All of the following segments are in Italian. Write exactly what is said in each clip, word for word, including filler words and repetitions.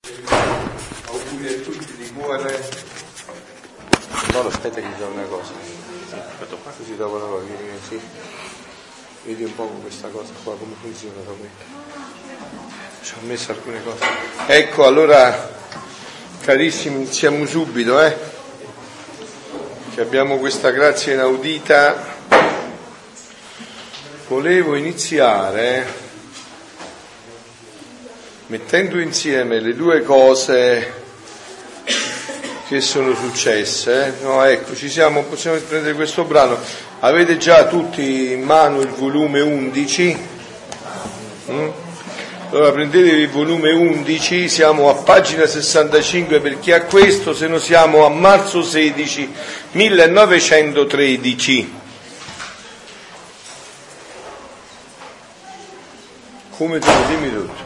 Auguri a tutti di cuore. No, aspetta che c'è una cosa. Aspetta qua. Così dopo la cosa, sì. Vedi un po' con questa cosa qua come funziona da qui. Ci ho messo alcune cose. Ecco, allora, carissimi, iniziamo subito, eh. Che abbiamo questa grazia inaudita. Volevo iniziare mettendo insieme le due cose che sono successe. No, ecco, ci siamo, possiamo prendere questo brano. Avete già tutti in mano il volume undici? Mm? Allora prendetevi il volume undici, siamo a pagina sessantacinque per chi ha questo, se no siamo a marzo sedici millenovecentotredici. Come tu, dimmi tutto.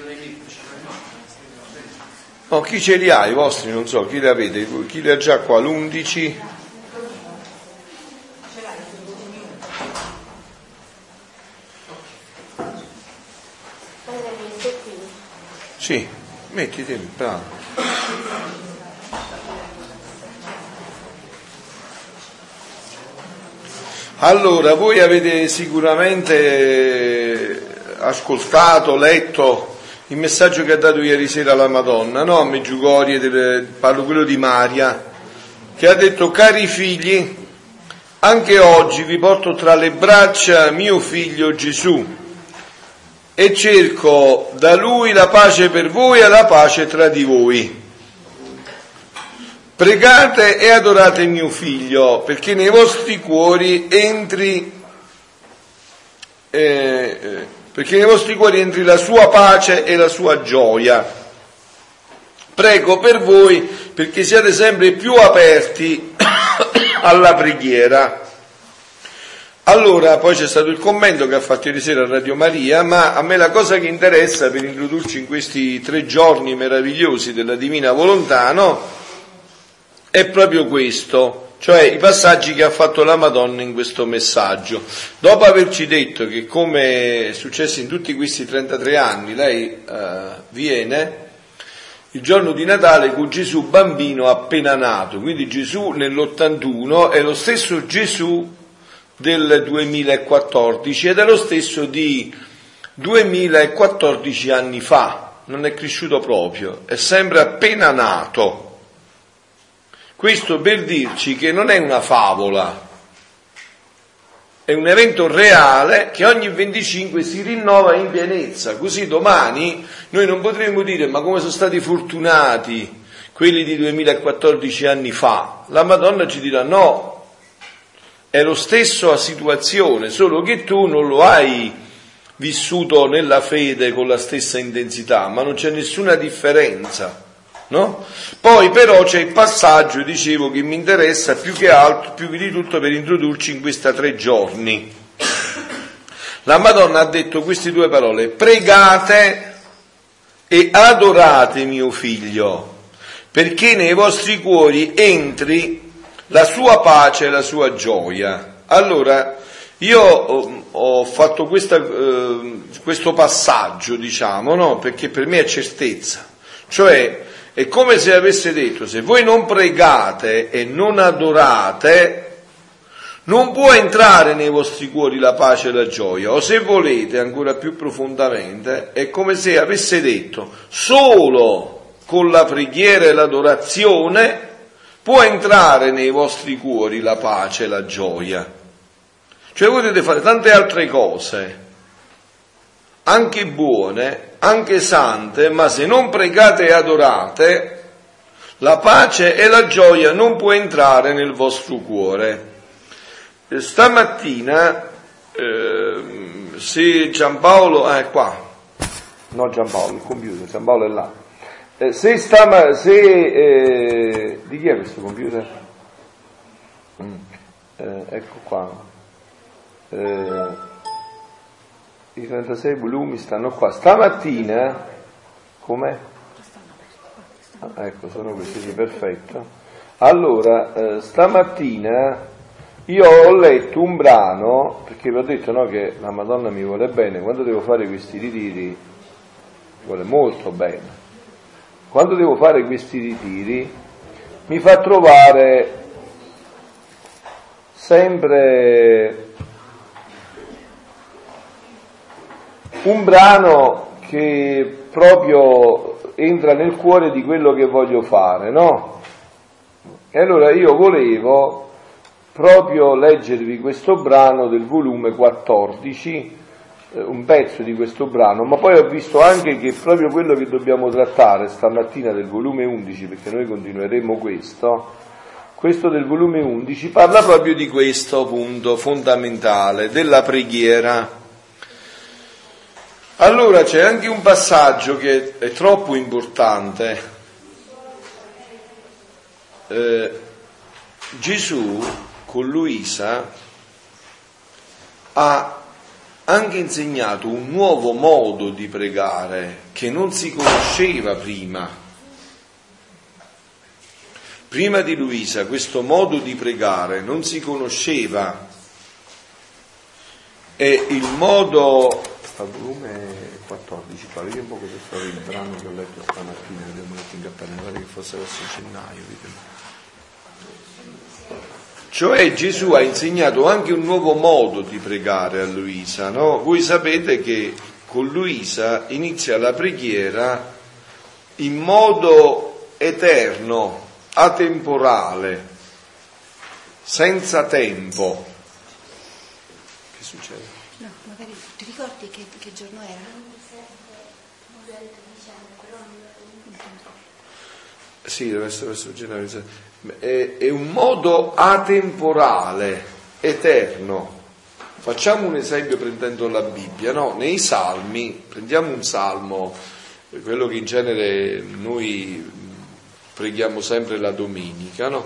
No, chi ce li ha i vostri? Non so, chi li avete? Chi li ha già qua? L'undici? Sì, mettiti, bravo. Allora, voi avete sicuramente ascoltato, letto il messaggio che ha dato ieri sera la Madonna, no? A Meggiugorie, del, parlo quello di Maria, che ha detto: cari figli, anche oggi vi porto tra le braccia mio figlio Gesù e cerco da lui la pace per voi e la pace tra di voi. Pregate e adorate mio figlio, perché nei vostri cuori entri eh, eh, perché nei vostri cuori entri la sua pace e la sua gioia. Prego per voi perché siate sempre più aperti alla preghiera. Allora, poi c'è stato il commento che ha fatto ieri sera a Radio Maria, ma a me la cosa che interessa per introdurci in questi tre giorni meravigliosi della Divina Volontà, no? È proprio questo, cioè i passaggi che ha fatto la Madonna in questo messaggio. Dopo averci detto che, come è successo in tutti questi trentatré anni, lei eh, viene il giorno di Natale con Gesù bambino appena nato, quindi Gesù nell'ottantuno è lo stesso Gesù del duemilaquattordici ed è lo stesso di duemilaquattordici anni fa, non è cresciuto proprio, è sempre appena nato. Questo per dirci che non è una favola, è un evento reale che ogni venticinque si rinnova in pienezza, così domani noi non potremo dire ma come sono stati fortunati quelli di duemilaquattordici anni fa. La Madonna ci dirà no, è lo stesso a situazione, solo che tu non lo hai vissuto nella fede con la stessa intensità, ma non c'è nessuna differenza. No? Poi però c'è il passaggio, dicevo, che mi interessa più che altro, più di tutto per introdurci in questi tre giorni. La Madonna ha detto queste due parole: pregate e adorate mio figlio, perché nei vostri cuori entri la sua pace e la sua gioia. Allora, io ho, ho fatto questa, eh, questo passaggio, diciamo, no? Perché per me è certezza, cioè è come se avesse detto: se voi non pregate e non adorate, non può entrare nei vostri cuori la pace e la gioia. O se volete ancora più profondamente, è come se avesse detto: solo con la preghiera e l'adorazione può entrare nei vostri cuori la pace e la gioia. Cioè voi potete fare tante altre cose, anche buone, anche sante, ma se non pregate e adorate, la pace e la gioia non può entrare nel vostro cuore. Stamattina, eh, se Giampaolo, ah, è qua, no Giampaolo, il computer, Giampaolo è là. Eh, se stama, se, eh, di chi è questo computer? Mm, eh, ecco qua. Eh, I trentasei volumi stanno qua. Stamattina, com'è? Ah, ecco, sono questi, sì, perfetto. Allora, eh, stamattina io ho letto un brano, perché vi ho detto, no, che la Madonna mi vuole bene, quando devo fare questi ritiri mi vuole molto bene. quando devo fare questi ritiri, mi fa trovare sempre un brano che proprio entra nel cuore di quello che voglio fare, no? E allora io volevo proprio leggervi questo brano del volume quattordici, un pezzo di questo brano, ma poi ho visto anche che proprio quello che dobbiamo trattare stamattina del volume undici, perché noi continueremo questo, questo del volume undici parla proprio di questo punto fondamentale, della preghiera. Allora c'è anche un passaggio che è troppo importante. Eh, Gesù con Luisa ha anche insegnato un nuovo modo di pregare che non si conosceva prima. Prima di Luisa questo modo di pregare non si conosceva, e il modo... Sta volume quattordici, parli un po' cosa stava il brano che ho letto stamattina, che abbiamo letto in cappella, che fosse verso gennaio, vedete. Cioè Gesù ha insegnato anche un nuovo modo di pregare a Luisa, no? Voi sapete che con Luisa inizia la preghiera in modo eterno, atemporale, senza tempo. Che succede? No, magari ti ricordi che, che giorno era? Sì, deve essere verso gennaio. È, è un modo atemporale, eterno. Facciamo un esempio prendendo la Bibbia, no? Nei Salmi, prendiamo un salmo, quello che in genere noi preghiamo sempre la domenica, no?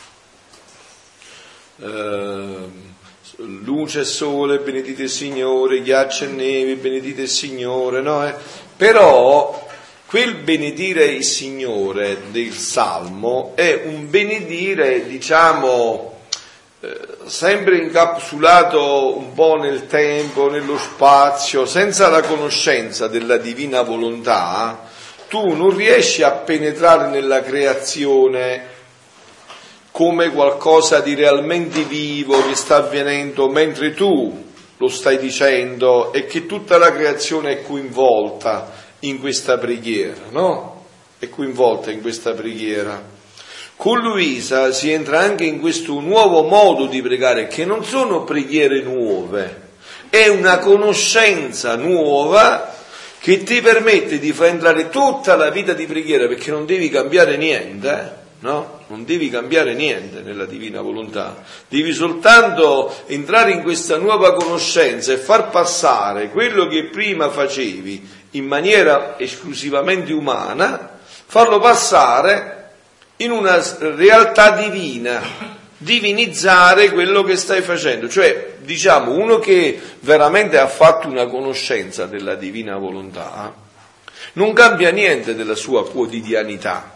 Eh, luce e sole, benedite il Signore, ghiaccio e neve, benedite il Signore, no? Eh? Però quel benedire il Signore del Salmo è un benedire, diciamo, eh, sempre incapsulato un po' nel tempo, nello spazio, senza la conoscenza della divina volontà. Tu non riesci a penetrare nella creazione come qualcosa di realmente vivo che sta avvenendo mentre tu lo stai dicendo e che tutta la creazione è coinvolta in questa preghiera, no? È coinvolta in questa preghiera. Con Luisa si entra anche in questo nuovo modo di pregare, che non sono preghiere nuove, è una conoscenza nuova che ti permette di far entrare tutta la vita di preghiera, perché non devi cambiare niente, eh? No? Non devi cambiare niente nella divina volontà, devi soltanto entrare in questa nuova conoscenza e far passare quello che prima facevi in maniera esclusivamente umana, farlo passare in una realtà divina, divinizzare quello che stai facendo. Cioè, diciamo, uno che veramente ha fatto una conoscenza della divina volontà non cambia niente della sua quotidianità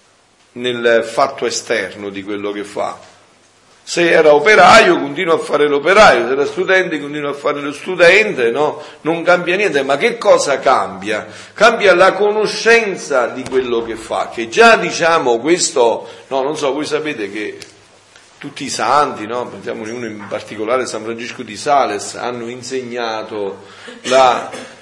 nel fatto esterno di quello che fa. Se era operaio continua a fare l'operaio, se era studente continua a fare lo studente, no? Non cambia niente. Ma che cosa cambia? Cambia la conoscenza di quello che fa, che già, diciamo, questo, no, non so, voi sapete che tutti i santi, no? Pensiamo uno in particolare, San Francesco di Sales, hanno insegnato la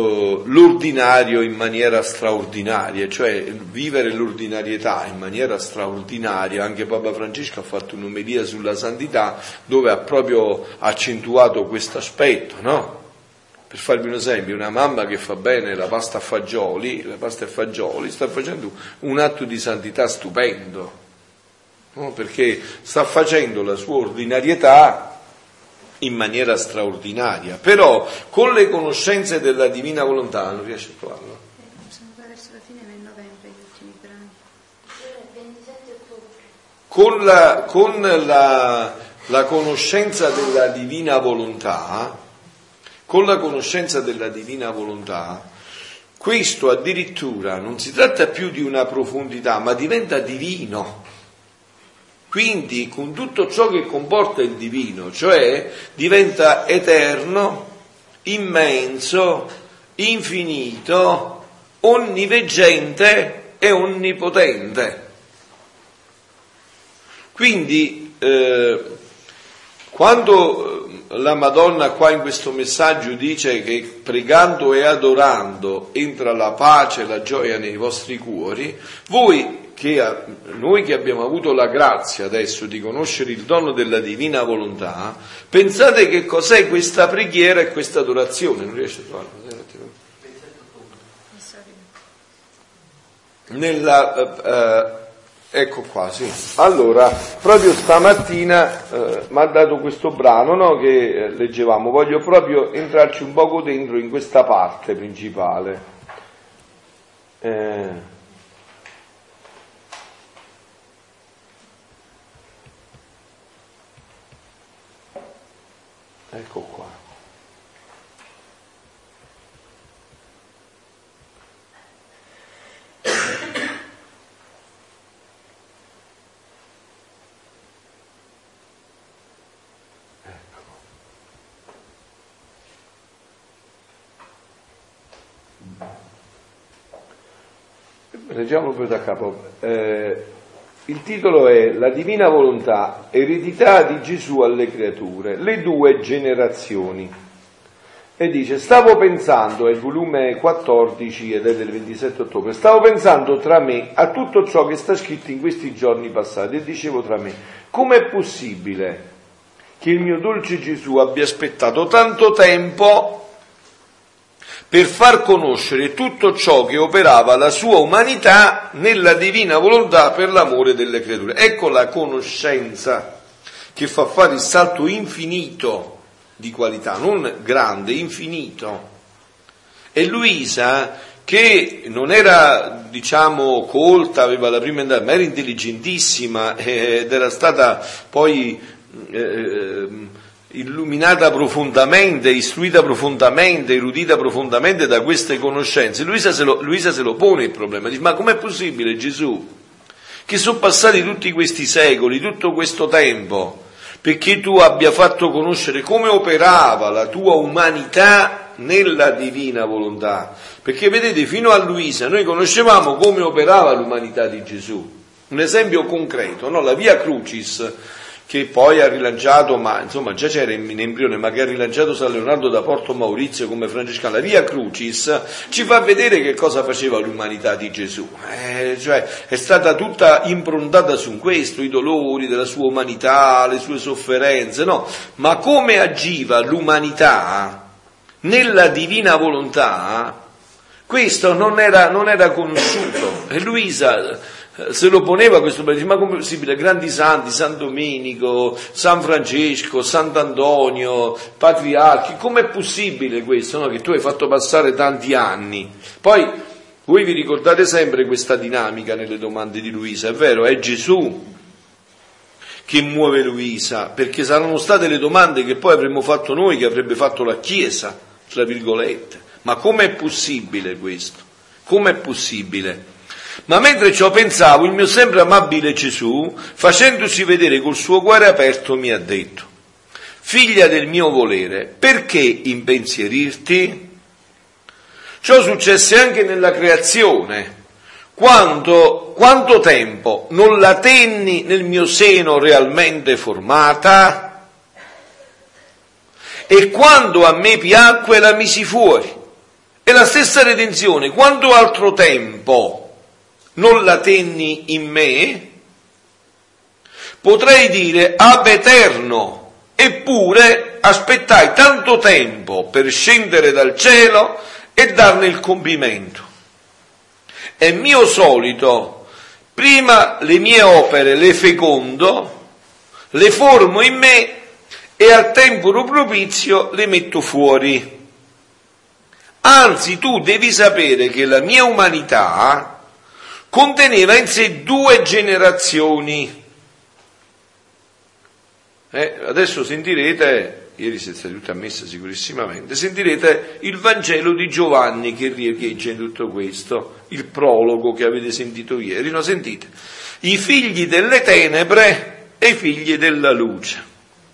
l'ordinario in maniera straordinaria, cioè vivere l'ordinarietà in maniera straordinaria. Anche Papa Francesco ha fatto un'omelia sulla santità dove ha proprio accentuato questo aspetto, no? Per farvi un esempio, una mamma che fa bene la pasta a fagioli, la pasta a fagioli sta facendo un atto di santità stupendo, no? Perché sta facendo la sua ordinarietà in maniera straordinaria, però con le conoscenze della divina volontà non riesce a trovarlo. Siamo verso la fine del novembre, gli ultimi brani. Con la, con la, la conoscenza della divina volontà, con la conoscenza della divina volontà, questo addirittura non si tratta più di una profondità, ma diventa divino. Quindi con tutto ciò che comporta il divino, cioè diventa eterno, immenso, infinito, onniveggente è onnipotente. Quindi eh, quando la Madonna qua in questo messaggio dice che pregando e adorando entra la pace e la gioia nei vostri cuori, voi che, noi che abbiamo avuto la grazia adesso di conoscere il dono della divina volontà, pensate che cos'è questa preghiera e questa adorazione. Non riesce a trovarlo? Nella... Eh, Ecco qua, sì. Allora, proprio stamattina eh, mi ha dato questo brano, no, che eh, leggevamo. Voglio proprio entrarci un poco dentro in questa parte principale. Eh, ecco qua. Leggiamo poi da capo. Eh, il titolo è La divina volontà, eredità di Gesù alle creature, le due generazioni. E dice, stavo pensando, è il volume quattordici ed è del ventisette ottobre, stavo pensando tra me a tutto ciò che sta scritto in questi giorni passati e dicevo tra me, com'è possibile che il mio dolce Gesù abbia aspettato tanto tempo per far conoscere tutto ciò che operava la sua umanità nella divina volontà per l'amore delle creature. Ecco la conoscenza che fa fare il salto infinito di qualità, non grande, infinito. E Luisa, che non era, diciamo, colta, aveva la prima età, ma era intelligentissima ed era stata poi eh, illuminata profondamente, istruita profondamente, erudita profondamente da queste conoscenze, Luisa se lo, Luisa se lo pone il problema, dice, ma com'è possibile, Gesù, che sono passati tutti questi secoli, tutto questo tempo, perché tu abbia fatto conoscere come operava la tua umanità nella divina volontà? Perché vedete, fino a Luisa noi conoscevamo come operava l'umanità di Gesù. Un esempio concreto, no? La Via Crucis, che poi ha rilanciato, ma insomma già c'era in embrione, ma che ha rilanciato San Leonardo da Porto Maurizio come francescano, la Via Crucis ci fa vedere che cosa faceva l'umanità di Gesù, eh, cioè è stata tutta improntata su questo, i dolori della sua umanità, le sue sofferenze, no? Ma come agiva l'umanità nella divina volontà, questo non era, non era conosciuto. E Luisa se lo poneva questo problema, ma come è possibile? Grandi santi, San Domenico, San Francesco, Sant'Antonio, patriarchi, com'è possibile questo, no? Che tu hai fatto passare tanti anni? Poi voi vi ricordate sempre questa dinamica nelle domande di Luisa, è vero? È Gesù che muove Luisa, perché saranno state le domande che poi avremmo fatto noi, che avrebbe fatto la Chiesa, tra virgolette. Ma com'è possibile questo? Com'è possibile? Ma mentre ciò pensavo, il mio sempre amabile Gesù, facendosi vedere col suo cuore aperto, mi ha detto, figlia del mio volere, perché impensierirti? Ciò successe anche nella creazione, quando, quanto tempo non la tenni nel mio seno realmente formata, e quando a me piacque la misi fuori. E la stessa redenzione, quanto altro tempo non la tenni in me? Potrei dire ab eterno, eppure aspettai tanto tempo per scendere dal cielo e darne il compimento. È mio solito, prima le mie opere le fecondo, le formo in me e al tempo propizio le metto fuori. Anzi, tu devi sapere che la mia umanità conteneva in sé due generazioni. Eh, adesso sentirete, ieri siete stati tutti a messa sicurissimamente, sentirete il Vangelo di Giovanni che riecheggia in tutto questo, il prologo che avete sentito ieri, no? Sentite, i figli delle tenebre e i figli della luce.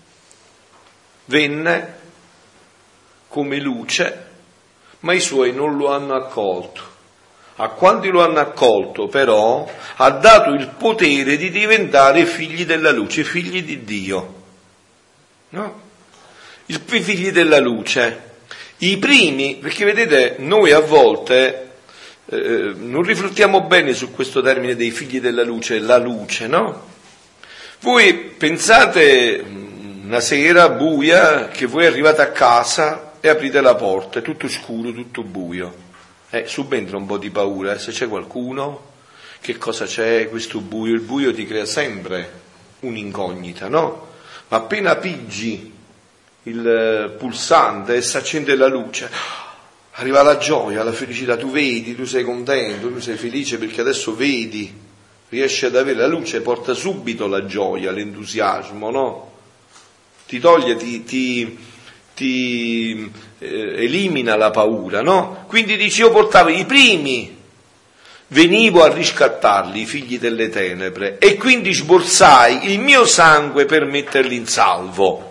Venne come luce, ma i suoi non lo hanno accolto. A quanti lo hanno accolto, però, ha dato il potere di diventare figli della luce, figli di Dio. No? I figli della luce. I primi, perché vedete, noi a volte eh, non riflettiamo bene su questo termine dei figli della luce, la luce, no? Voi pensate una sera buia che voi arrivate a casa e aprite la porta, è tutto scuro, tutto buio. Eh, subentra un po' di paura, eh? Se c'è qualcuno, che cosa c'è, questo buio, il buio ti crea sempre un'incognita, no? Ma appena piggi il pulsante e si accende la luce, arriva la gioia, la felicità, tu vedi, tu sei contento, tu sei felice perché adesso vedi, riesci ad avere la luce, porta subito la gioia, l'entusiasmo, no? Ti toglie, ti... ti ti eh, elimina la paura, no? Quindi dice, io portavo i primi, venivo a riscattarli, i figli delle tenebre, e quindi sborsai il mio sangue per metterli in salvo.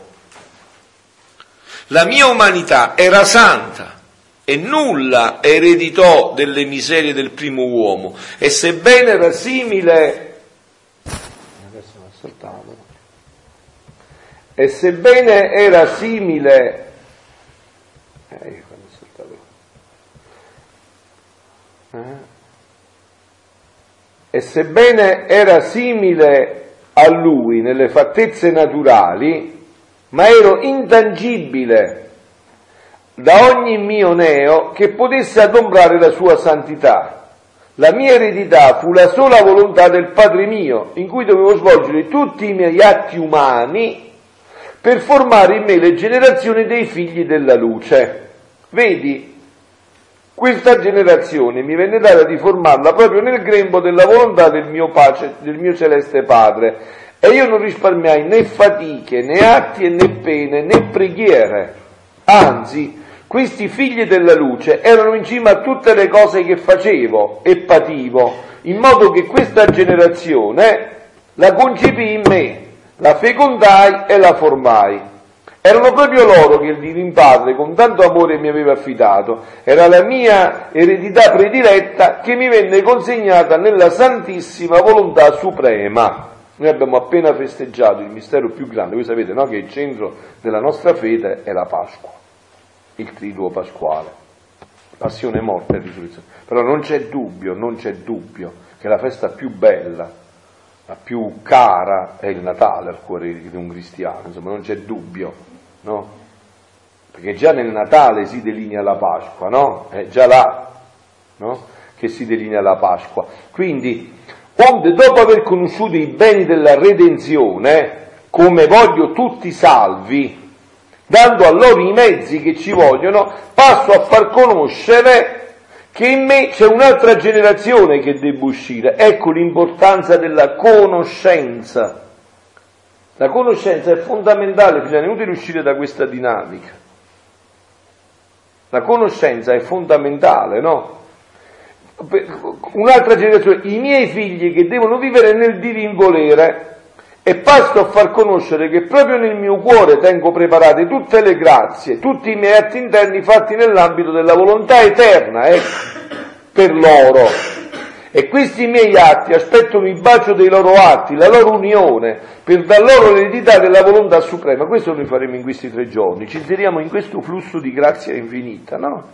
La mia umanità era santa e nulla ereditò delle miserie del primo uomo, e sebbene era simile, adesso mi ha saltato. E sebbene era simile, eh, eh, e sebbene era simile a lui nelle fattezze naturali, ma ero intangibile da ogni mio neo che potesse adombrare la sua santità. La mia eredità fu la sola volontà del Padre mio, in cui dovevo svolgere tutti i miei atti umani per formare in me le generazioni dei figli della luce. Vedi, questa generazione mi venne data di formarla proprio nel grembo della volontà del mio pace, del mio celeste Padre, e io non risparmiai né fatiche, né atti e né pene, né preghiere. Anzi, questi figli della luce erano in cima a tutte le cose che facevo e pativo, in modo che questa generazione la concepì in me, la fecondai e la formai. Erano proprio loro che il Divin Padre con tanto amore mi aveva affidato. Era la mia eredità prediletta che mi venne consegnata nella santissima volontà suprema. Noi abbiamo appena festeggiato il mistero più grande. Voi sapete, no, che il centro della nostra fede è la Pasqua, il triduo pasquale, passione, morte e risurrezione. Però non c'è dubbio, non c'è dubbio che la festa più bella, la più cara è il Natale al cuore di un cristiano, insomma non c'è dubbio, no? Perché già nel Natale si delinea la Pasqua, no? È già là, no? Che si delinea la Pasqua. Quindi, onde dopo aver conosciuto i beni della redenzione, come voglio tutti salvi, dando a loro i mezzi che ci vogliono, passo a far conoscere che in me c'è un'altra generazione che deve uscire. Ecco l'importanza della conoscenza. La conoscenza è fondamentale, bisogna inutile uscire da questa dinamica. La conoscenza è fondamentale, no? Un'altra generazione, i miei figli che devono vivere nel divin volere, e passo a far conoscere che proprio nel mio cuore tengo preparate tutte le grazie, tutti i miei atti interni fatti nell'ambito della volontà eterna, ecco, per loro. E questi miei atti aspettano il bacio dei loro atti, la loro unione, per dar loro l'eredità della volontà suprema. Questo noi faremo in questi tre giorni, ci inseriamo in questo flusso di grazia infinita, no?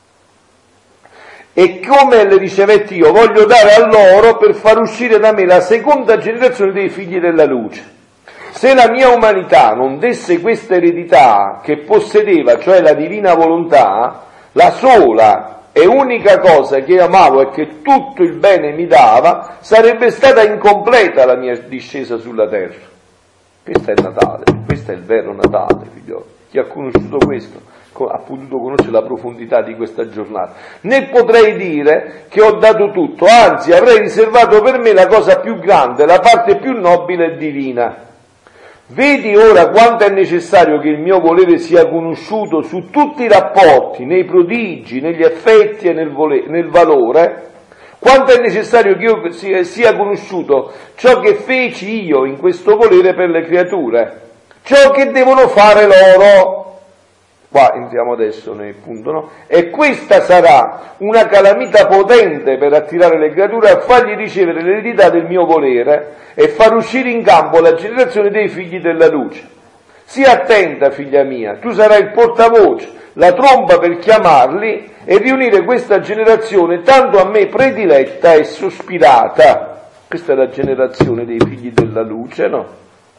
E come le ricevetti io, voglio dare a loro per far uscire da me la seconda generazione dei figli della luce. Se la mia umanità non desse questa eredità che possedeva, cioè la divina volontà, la sola e unica cosa che io amavo e che tutto il bene mi dava, sarebbe stata incompleta la mia discesa sulla terra. Questo è il Natale, questo è il vero Natale, figlioli. Chi ha conosciuto questo ha potuto conoscere la profondità di questa giornata. Né potrei dire che ho dato tutto, anzi avrei riservato per me la cosa più grande, la parte più nobile e divina. Vedi ora quanto è necessario che il mio volere sia conosciuto su tutti i rapporti, nei prodigi, negli effetti e nel, vole- nel valore, quanto è necessario che io sia, sia conosciuto ciò che feci io in questo volere per le creature, ciò che devono fare loro. qua entriamo adesso nel punto, no? E questa sarà una calamita potente per attirare le creature a fargli ricevere l'eredità del mio volere e far uscire in campo la generazione dei figli della luce. Sii attenta, figlia mia, tu sarai il portavoce, la tromba per chiamarli e riunire questa generazione tanto a me prediletta e sospirata. Questa è la generazione dei figli della luce, no?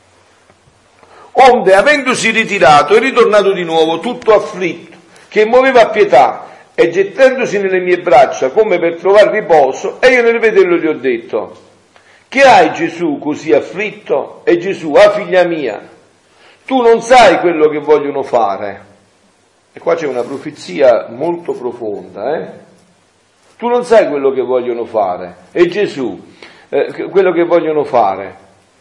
Onde, avendosi ritirato, è ritornato di nuovo, tutto afflitto, che muoveva pietà, e gettandosi nelle mie braccia come per trovare riposo, e io nel vederlo gli ho detto: che hai, Gesù, così afflitto? E Gesù: ah, figlia mia, tu non sai quello che vogliono fare. E qua c'è una profezia molto profonda, eh? Tu non sai quello che vogliono fare. E Gesù, eh, quello che vogliono fare,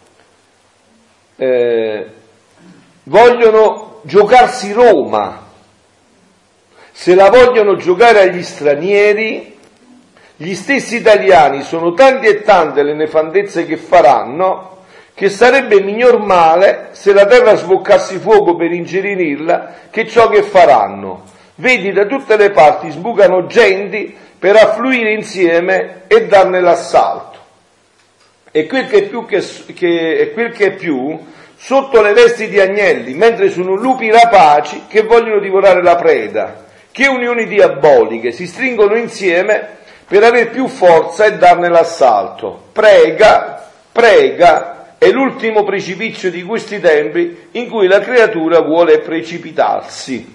eh, vogliono giocarsi Roma. Se la vogliono giocare agli stranieri, gli stessi italiani sono tanti e tante le nefandezze che faranno, che sarebbe miglior male se la terra sboccasse fuoco per incenerirla che ciò che faranno. Vedi, da tutte le parti sbucano genti per affluire insieme e darne l'assalto. E quel che è più, che, che, e quel che è più sotto le vesti di agnelli, mentre sono lupi rapaci che vogliono divorare la preda. Che unioni diaboliche si stringono insieme per avere più forza e darne l'assalto. Prega, prega. È l'ultimo precipizio di questi tempi in cui la creatura vuole precipitarsi.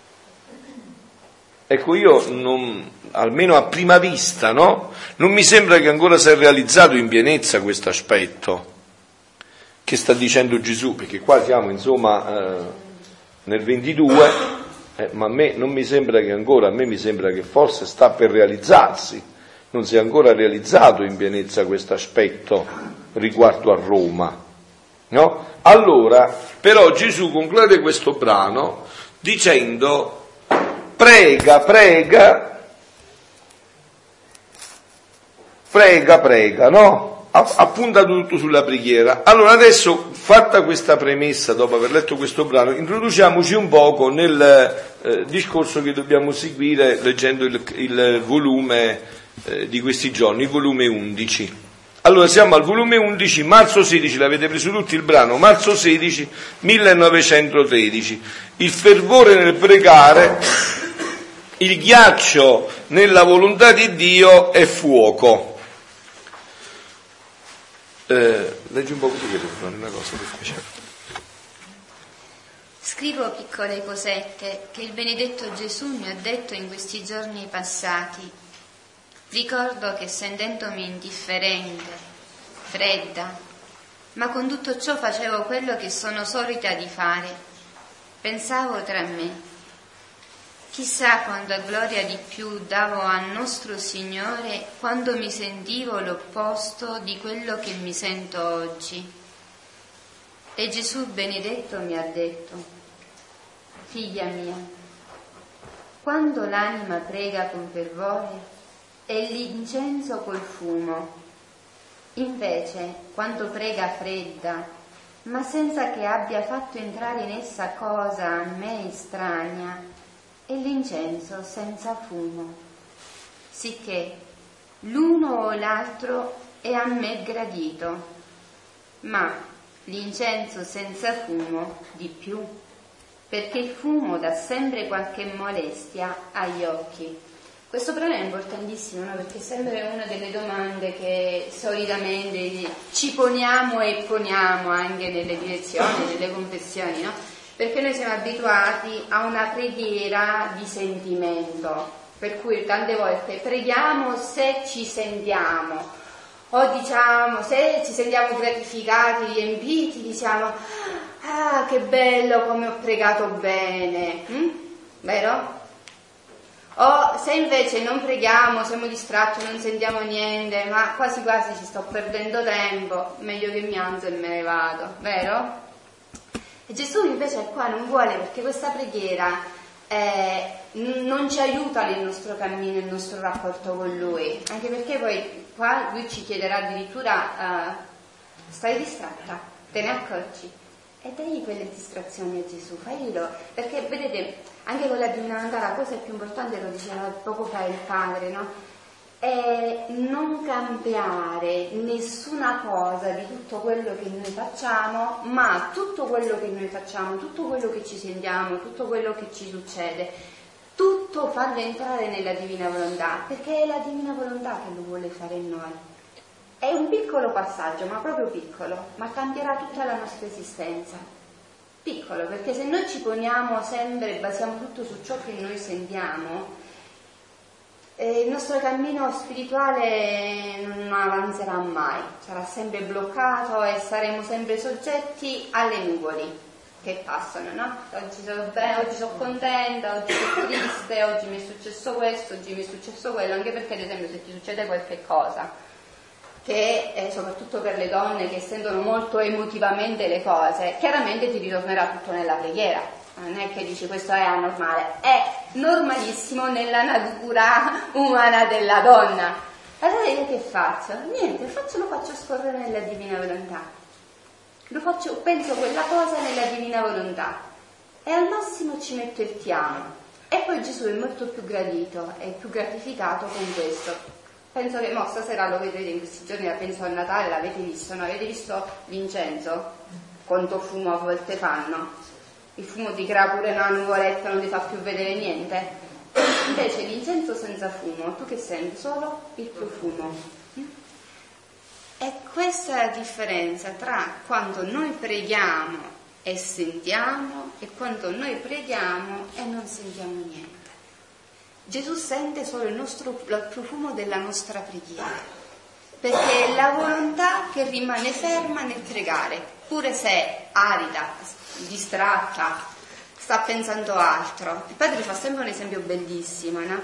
Ecco, io non, almeno a prima vista, no? Non mi sembra che ancora si è realizzato in pienezza questo aspetto che sta dicendo Gesù, perché qua siamo insomma eh, nel ventidue, eh, ma a me non mi sembra che ancora, a me mi sembra che forse sta per realizzarsi, non si è ancora realizzato in pienezza questo aspetto riguardo a Roma, no? Allora, però Gesù conclude questo brano dicendo: prega, prega, prega, prega, no? Appunta tutto sulla preghiera. Allora adesso, fatta questa premessa, dopo aver letto questo brano, introduciamoci un poco nel eh, discorso che dobbiamo seguire leggendo il, il volume eh, di questi giorni, il volume undici. Allora siamo al volume undici, marzo sedici, l'avete preso tutti il brano, marzo sedici, millenovecentotredici. Il fervore nel pregare, il ghiaccio nella volontà di Dio è fuoco. Eh, leggi un po' così che devo fare una cosa per piacere. Scrivo piccole cosette che il benedetto Gesù mi ha detto in questi giorni passati. Ricordo che sentendomi indifferente, fredda, ma con tutto ciò facevo quello che sono solita di fare. Pensavo tra me: chissà quanta gloria di più davo a nostro Signore quando mi sentivo l'opposto di quello che mi sento oggi. E Gesù benedetto mi ha detto: figlia mia, quando l'anima prega con fervore, è l'incenso col fumo. Invece, quando prega fredda, ma senza che abbia fatto entrare in essa cosa a me estranea, è l'incenso senza fumo. Sicché l'uno o l'altro è a me gradito, ma l'incenso senza fumo di più, perché il fumo dà sempre qualche molestia agli occhi. Questo brano è importantissimo, no? Perché è sempre una delle domande che solitamente ci poniamo e poniamo anche nelle direzioni, nelle confessioni, no? Perché noi siamo abituati a una preghiera di sentimento, per cui tante volte preghiamo se ci sentiamo, o diciamo se ci sentiamo gratificati, riempiti, diciamo: ah, che bello come ho pregato bene, hm? Vero? O se invece non preghiamo, siamo distratti, non sentiamo niente, ma quasi quasi ci sto perdendo tempo, meglio che mi alzo e me ne vado, vero? E Gesù invece qua non vuole, perché questa preghiera eh, non ci aiuta nel nostro cammino, nel nostro rapporto con Lui, anche perché poi qua Lui ci chiederà addirittura: uh, stai distratta, te ne accorgi? E dai quelle distrazioni a Gesù, faglielo, perché vedete, anche con la Divina Volontà la cosa più importante, lo diceva poco fa il Padre, no? È non cambiare nessuna cosa di tutto quello che noi facciamo, ma tutto quello che noi facciamo, tutto quello che ci sentiamo, tutto quello che ci succede, tutto farlo entrare nella Divina Volontà, perché è la Divina Volontà che lo vuole fare in noi. È un piccolo passaggio, ma proprio piccolo, ma cambierà tutta la nostra esistenza. Piccolo, perché se noi ci poniamo sempre, basiamo tutto su ciò che noi sentiamo, eh, il nostro cammino spirituale non avanzerà mai, sarà sempre bloccato e saremo sempre soggetti alle nuvoli che passano, no? Oggi sono bene, oggi sono contenta, oggi sono triste, oggi mi è successo questo, oggi mi è successo quello, anche perché ad esempio se ti succede qualche cosa, che eh, soprattutto per le donne che sentono molto emotivamente le cose, chiaramente ti ritornerà tutto nella preghiera, non è che dici questo è anormale, è normalissimo nella natura umana della donna. Allora io che faccio? Niente, faccio, lo faccio scorrere nella Divina Volontà, lo faccio, penso quella cosa nella Divina Volontà e al massimo ci metto il ti amo, e poi Gesù è molto più gradito e più gratificato con questo. Penso che mo stasera lo vedrete in questi giorni, penso a Natale, l'avete visto, non avete visto l'incenso? Quanto fumo a volte fanno? Il fumo ti crea pure una nuvoletta, non ti fa più vedere niente. Invece l'incenso senza fumo, tu che senti? Solo il profumo. E questa è la differenza tra quando noi preghiamo e sentiamo e quando noi preghiamo e non sentiamo niente. Gesù sente solo il, nostro, il profumo della nostra preghiera, perché è la volontà che rimane ferma nel pregare, pure se arida, distratta, sta pensando altro. Il Padre fa sempre un esempio bellissimo, no?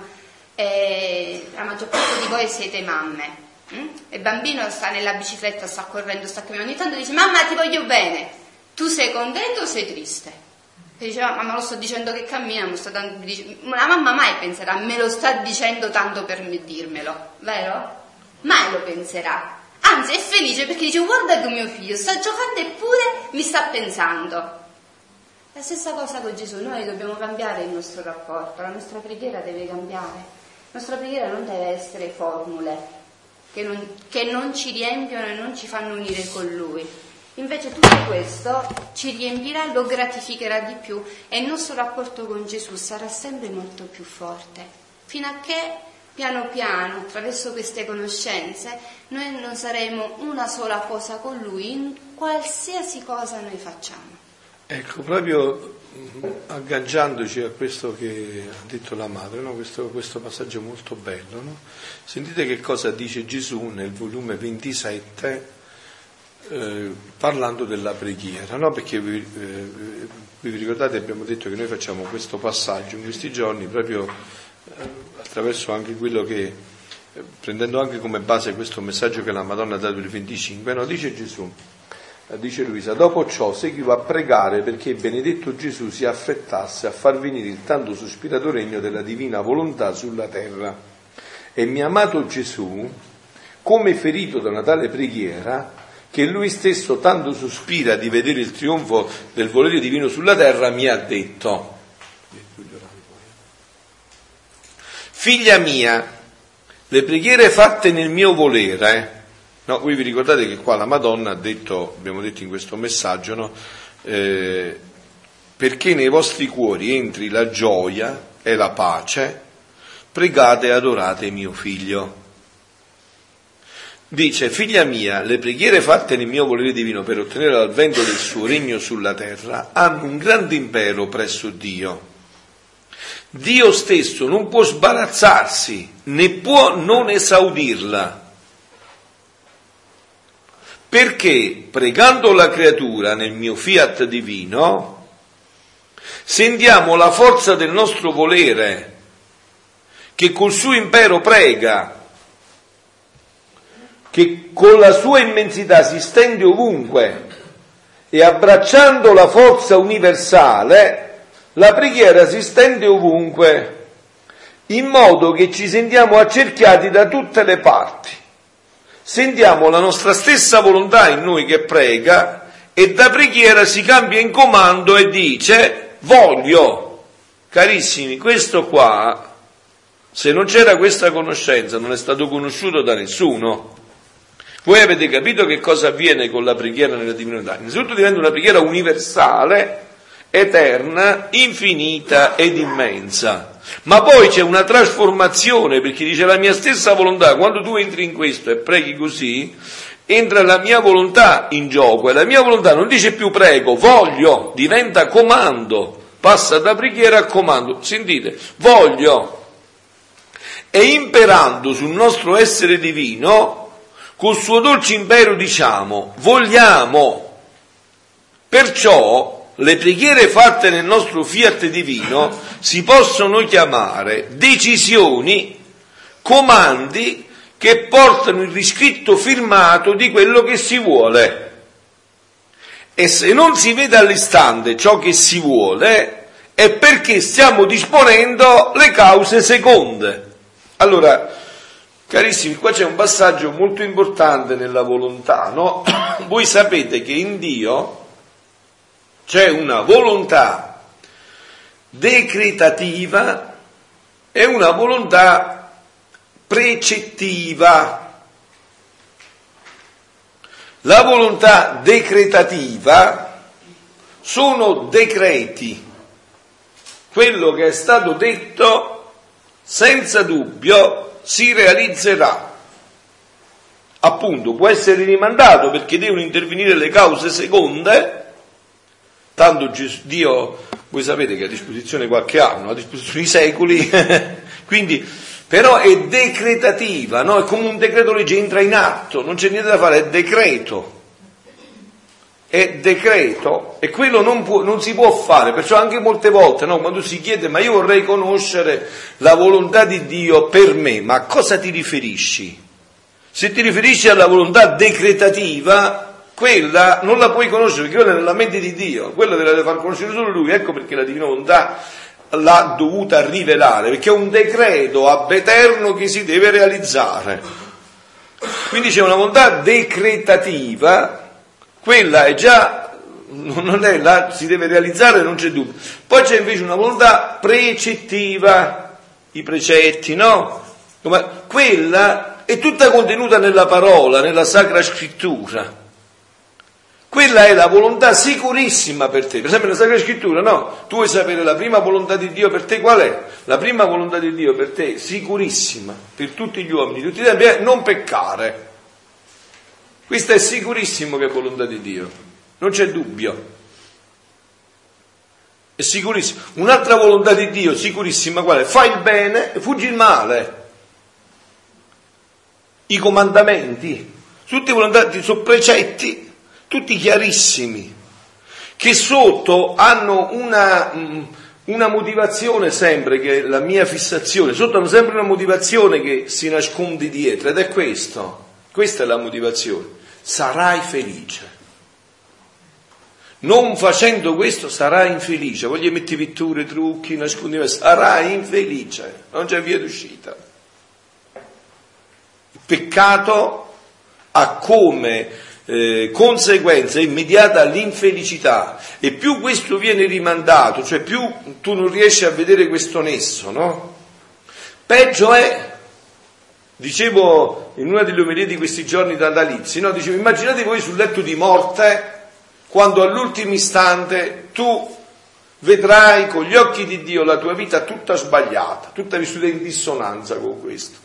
E la maggior parte di voi siete mamme, hm? Il bambino sta nella bicicletta, sta correndo, sta camminando, ogni tanto dice mamma ti voglio bene, tu sei contento o sei triste? E diceva, mamma lo sto dicendo che cammina, mi sto dando... la mamma mai penserà, me lo sta dicendo tanto per dirmelo, vero? Mai lo penserà, anzi è felice perché dice guarda che mio figlio sta giocando eppure mi sta pensando. La stessa cosa con Gesù, noi dobbiamo cambiare il nostro rapporto, la nostra preghiera deve cambiare, la nostra preghiera non deve essere formule che non, che non ci riempiono e non ci fanno unire con Lui. Invece tutto questo ci riempirà, lo gratificherà di più e il nostro rapporto con Gesù sarà sempre molto più forte, fino a che piano piano, attraverso queste conoscenze, noi non saremo una sola cosa con Lui in qualsiasi cosa noi facciamo. Ecco, proprio agganciandoci a questo che ha detto la madre, no? questo, questo passaggio molto bello, no? Sentite che cosa dice Gesù nel volume ventisette, Eh, parlando della preghiera, no? Perché vi, eh, vi ricordate, abbiamo detto che noi facciamo questo passaggio in questi giorni proprio eh, attraverso anche quello che, eh, prendendo anche come base questo messaggio che la Madonna ha dato il venticinque, no? Dice Gesù, eh, dice Luisa, dopo ciò seguivo a pregare perché il benedetto Gesù si affrettasse a far venire il tanto sospirato regno della divina volontà sulla terra. E mio amato Gesù, come ferito da una tale preghiera, che lui stesso tanto sospira di vedere il trionfo del volere divino sulla terra, mi ha detto: figlia mia, le preghiere fatte nel mio volere, no, voi vi ricordate che qua la Madonna ha detto, abbiamo detto in questo messaggio, no, eh, perché nei vostri cuori entri la gioia e la pace, pregate e adorate mio figlio. Dice, figlia mia, le preghiere fatte nel mio volere divino per ottenere l'avvento del suo regno sulla terra hanno un grande impero presso Dio. Dio stesso non può sbarazzarsi, né può non esaudirla. Perché, pregando la creatura nel mio fiat divino, sentiamo la forza del nostro volere, che col suo impero prega, che con la sua immensità si stende ovunque e abbracciando la forza universale, la preghiera si stende ovunque, in modo che ci sentiamo accerchiati da tutte le parti. Sentiamo la nostra stessa volontà in noi che prega e da preghiera si cambia in comando e dice voglio. Carissimi, questo qua, se non c'era questa conoscenza, non è stato conosciuto da nessuno. Voi avete capito che cosa avviene con la preghiera nella divinità? Innanzitutto diventa una preghiera universale, eterna, infinita ed immensa. Ma poi c'è una trasformazione, perché dice la mia stessa volontà, quando tu entri in questo e preghi così, entra la mia volontà in gioco, e la mia volontà non dice più prego, voglio, diventa comando, passa da preghiera a comando. Sentite, voglio. E imperando sul nostro essere divino, col suo dolce impero diciamo, vogliamo. Perciò le preghiere fatte nel nostro fiat divino si possono chiamare decisioni, comandi che portano il riscritto firmato di quello che si vuole. E se non si vede all'istante ciò che si vuole, è perché stiamo disponendo le cause seconde. Allora, carissimi, qua c'è un passaggio molto importante nella volontà, no? Voi sapete che in Dio c'è una volontà decretativa e una volontà precettiva. La volontà decretativa sono decreti. Quello che è stato detto senza dubbio si realizzerà. Appunto, può essere rimandato perché devono intervenire le cause seconde. Tanto Dio, voi sapete che ha a disposizione qualche anno, a disposizione di secoli, quindi, però è decretativa, no? È come un decreto legge, entra in atto, non c'è niente da fare, è decreto, è decreto, e quello non, può, non si può fare, perciò anche molte volte, no? Quando si chiede, ma io vorrei conoscere la volontà di Dio per me, ma a cosa ti riferisci? Se ti riferisci alla volontà decretativa, quella non la puoi conoscere, perché quella è nella mente di Dio, quella te la deve far conoscere solo Lui. Ecco perché la divina volontà l'ha dovuta rivelare, perché è un decreto ab eterno che si deve realizzare. Quindi c'è una volontà decretativa, quella è già, non è là, si deve realizzare, non c'è dubbio. Poi c'è invece una volontà precettiva, i precetti, no? Ma quella è tutta contenuta nella parola, nella Sacra Scrittura. Quella è la volontà sicurissima per te. Per esempio nella Sacra Scrittura, no? Tu vuoi sapere la prima volontà di Dio per te qual è? La prima volontà di Dio per te, sicurissima, per tutti gli uomini, tutti i tempi, è non peccare. Questa è sicurissimo che è volontà di Dio, non c'è dubbio. È sicurissimo. Un'altra volontà di Dio, sicurissima, qual è? Fai il bene e fuggi il male. I comandamenti, tutti i volontà, sono precetti, tutti chiarissimi, che sotto hanno una, una motivazione sempre, che è la mia fissazione, sotto hanno sempre una motivazione che si nasconde dietro, ed è questo, questa è la motivazione: sarai felice. Non facendo questo sarai infelice, voglio metti pitture, trucchi, nascondimenti, sarai infelice, non c'è via d'uscita. Il peccato ha come Eh, conseguenza immediata l'infelicità, e più questo viene rimandato, cioè più tu non riesci a vedere questo nesso, no? Peggio è, dicevo in una delle omelie di questi giorni da Dalizzi, no? Dicevo, immaginate voi sul letto di morte, quando all'ultimo istante tu vedrai con gli occhi di Dio la tua vita tutta sbagliata, tutta vissuta in dissonanza con questo.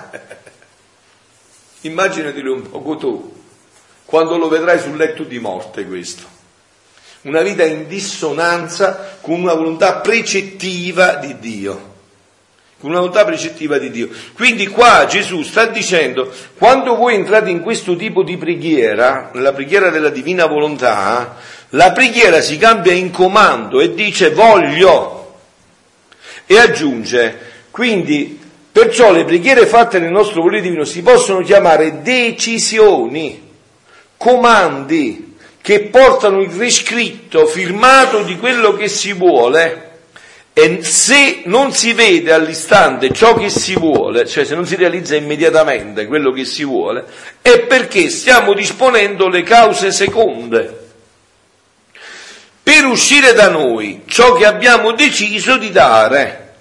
Immaginatelo un poco tu, quando lo vedrai sul letto di morte questo. Una vita in dissonanza con una volontà precettiva di Dio. Con una volontà precettiva di Dio. Quindi qua Gesù sta dicendo, quando voi entrate in questo tipo di preghiera, nella preghiera della divina volontà, la preghiera si cambia in comando e dice voglio. E aggiunge, quindi, perciò le preghiere fatte nel nostro volere divino si possono chiamare decisioni, comandi che portano il riscritto firmato di quello che si vuole, e se non si vede all'istante ciò che si vuole, cioè se non si realizza immediatamente quello che si vuole, è perché stiamo disponendo le cause seconde. per uscire da noi ciò che abbiamo deciso di dare.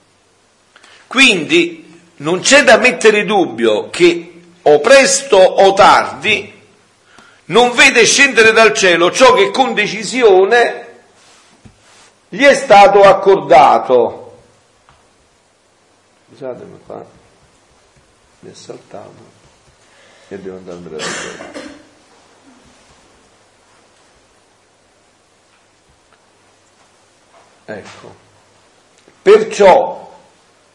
Quindi non c'è da mettere dubbio che o presto o tardi non vede scendere dal cielo ciò che con decisione gli è stato accordato. Scusatemi qua, mi è saltato e devo andare a vedere. Ecco, perciò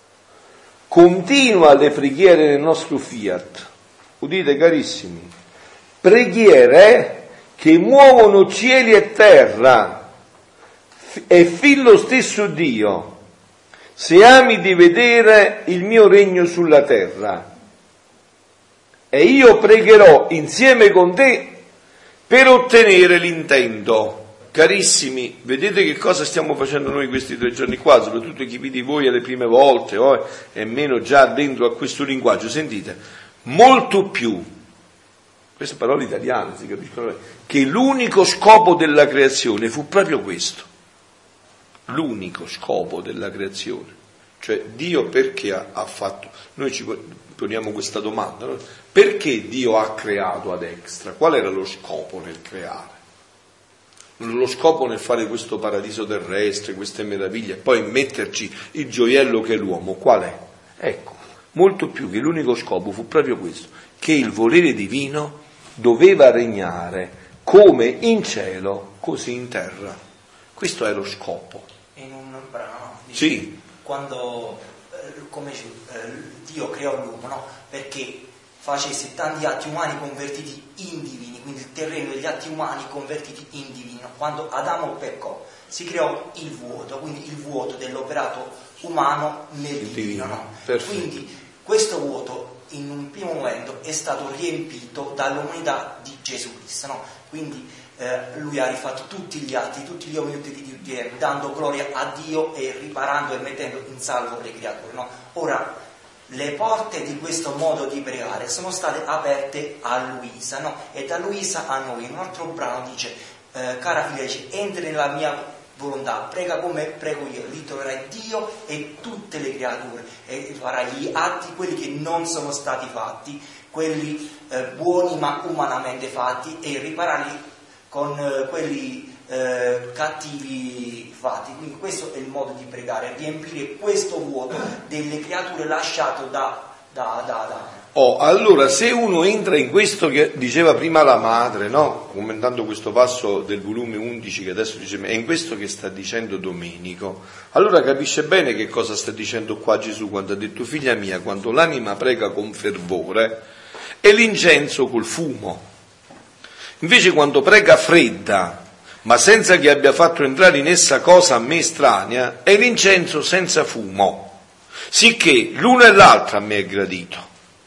continua le preghiere nel nostro fiat, udite carissimi, preghiere che muovono cieli e terra, e fin lo stesso Dio, se ami di vedere il mio regno sulla terra, e io pregherò insieme con te per ottenere l'intento. Carissimi, vedete che cosa stiamo facendo noi questi tre giorni qua, soprattutto chi di voi alle prime volte oh, e meno già dentro a questo linguaggio, sentite, molto più, queste parole italiane si capiscono, che l'unico scopo della creazione fu proprio questo, l'unico scopo della creazione, cioè Dio perché ha, ha fatto, noi ci poniamo questa domanda, no? Perché Dio ha creato ad extra, qual era lo scopo nel creare? Lo scopo nel fare questo paradiso terrestre, queste meraviglie, e poi metterci il gioiello che è l'uomo, qual è? Ecco, molto più che l'unico scopo fu proprio questo, che il volere divino doveva regnare come in cielo, così in terra. Questo è lo scopo. In un brano, dice, sì. Quando eh, come eh, Dio creò l'uomo, no? Perché facesse tanti atti umani convertiti in divini, quindi il terreno degli atti umani convertiti in divino. Quando Adamo peccò si creò il vuoto, quindi il vuoto dell'operato umano nel divino, divino no? Quindi questo vuoto in un primo momento è stato riempito dall'umanità di Gesù Cristo, no? Quindi eh, lui ha rifatto tutti gli atti, tutti gli uomini di Dio, dando gloria a Dio e riparando e mettendo in salvo le creature, no? Ora le porte di questo modo di pregare sono state aperte a Luisa, no? E da Luisa a noi. In un altro brano dice, eh, cara figlia, dice, entri nella mia volontà, prega come prego io, lì troverai Dio e tutte le creature, e farai gli atti, quelli che non sono stati fatti, quelli eh, buoni ma umanamente fatti, e ripararli con eh, quelli eh, cattivi fatti. Quindi questo è il modo di pregare, riempire questo vuoto delle creature lasciato da da da, da. Oh, allora se uno entra in questo che diceva prima la madre, no? Commentando questo passo del volume undici che adesso dice, è in questo che sta dicendo Domenico, allora capisce bene che cosa sta dicendo qua Gesù quando ha detto, figlia mia, quando l'anima prega con fervore è l'incenso col fumo, invece quando prega fredda ma senza che abbia fatto entrare in essa cosa a me estranea è l'incenso senza fumo, sicché l'uno e l'altro a me è gradito.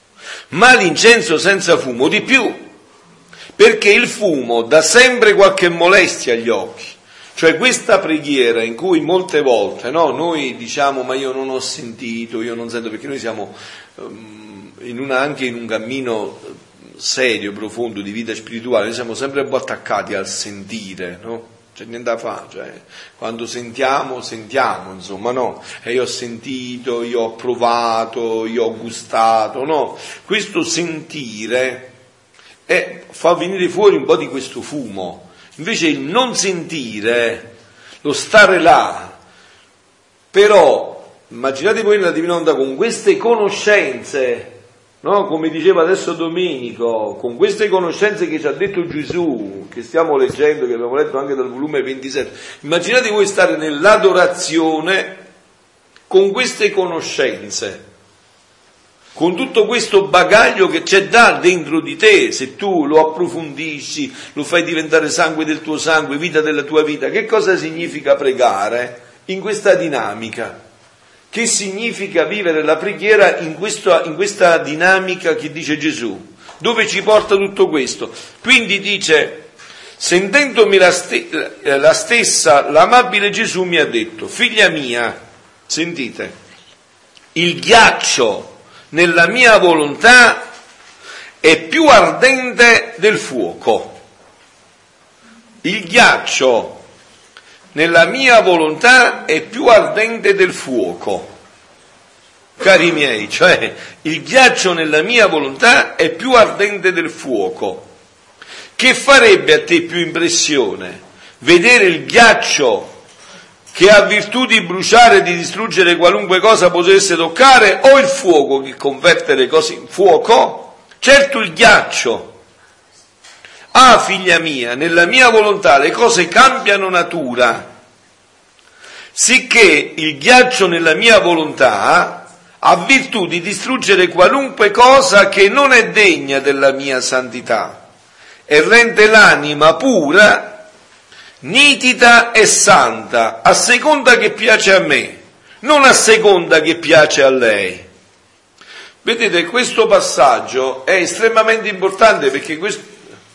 Ma l'incenso senza fumo di più, perché il fumo dà sempre qualche molestia agli occhi. Cioè questa preghiera in cui molte volte no, noi diciamo ma io non ho sentito, io non sento, perché noi siamo um, in una, anche in un cammino serio, profondo di vita spirituale, noi siamo sempre un po' attaccati al sentire, no? C'è niente da fare, cioè, quando sentiamo, sentiamo, insomma, no? E io ho sentito, io ho provato, io ho gustato, no? Questo sentire è, fa venire fuori un po' di questo fumo. Invece il non sentire, lo stare là, però, immaginate voi nella Divina Volontà con queste conoscenze, no? Come diceva adesso Domenico, con queste conoscenze che ci ha detto Gesù, che stiamo leggendo, che abbiamo letto anche dal volume ventisette, immaginate voi stare nell'adorazione con queste conoscenze, con tutto questo bagaglio che c'è da dentro di te, se tu lo approfondisci, lo fai diventare sangue del tuo sangue, vita della tua vita. Che cosa significa pregare in questa dinamica? Che significa vivere la preghiera in, questo, in questa dinamica che dice Gesù? Dove ci porta tutto questo? Quindi dice, sentendomi la, st- la stessa, l'amabile Gesù mi ha detto, figlia mia, sentite, il ghiaccio nella mia volontà è più ardente del fuoco. Il ghiaccio nella mia volontà è più ardente del fuoco. Cari miei, cioè il ghiaccio nella mia volontà è più ardente del fuoco. Che farebbe a te più impressione? Vedere il ghiaccio che ha virtù di bruciare e di distruggere qualunque cosa potesse toccare, o il fuoco che converte le cose in fuoco? Certo il ghiaccio. Ah, figlia mia, nella mia volontà le cose cambiano natura, sicché il ghiaccio nella mia volontà ha virtù di distruggere qualunque cosa che non è degna della mia santità e rende l'anima pura, nitida e santa, a seconda che piace a me, non a seconda che piace a lei. Vedete, questo passaggio è estremamente importante perché questo...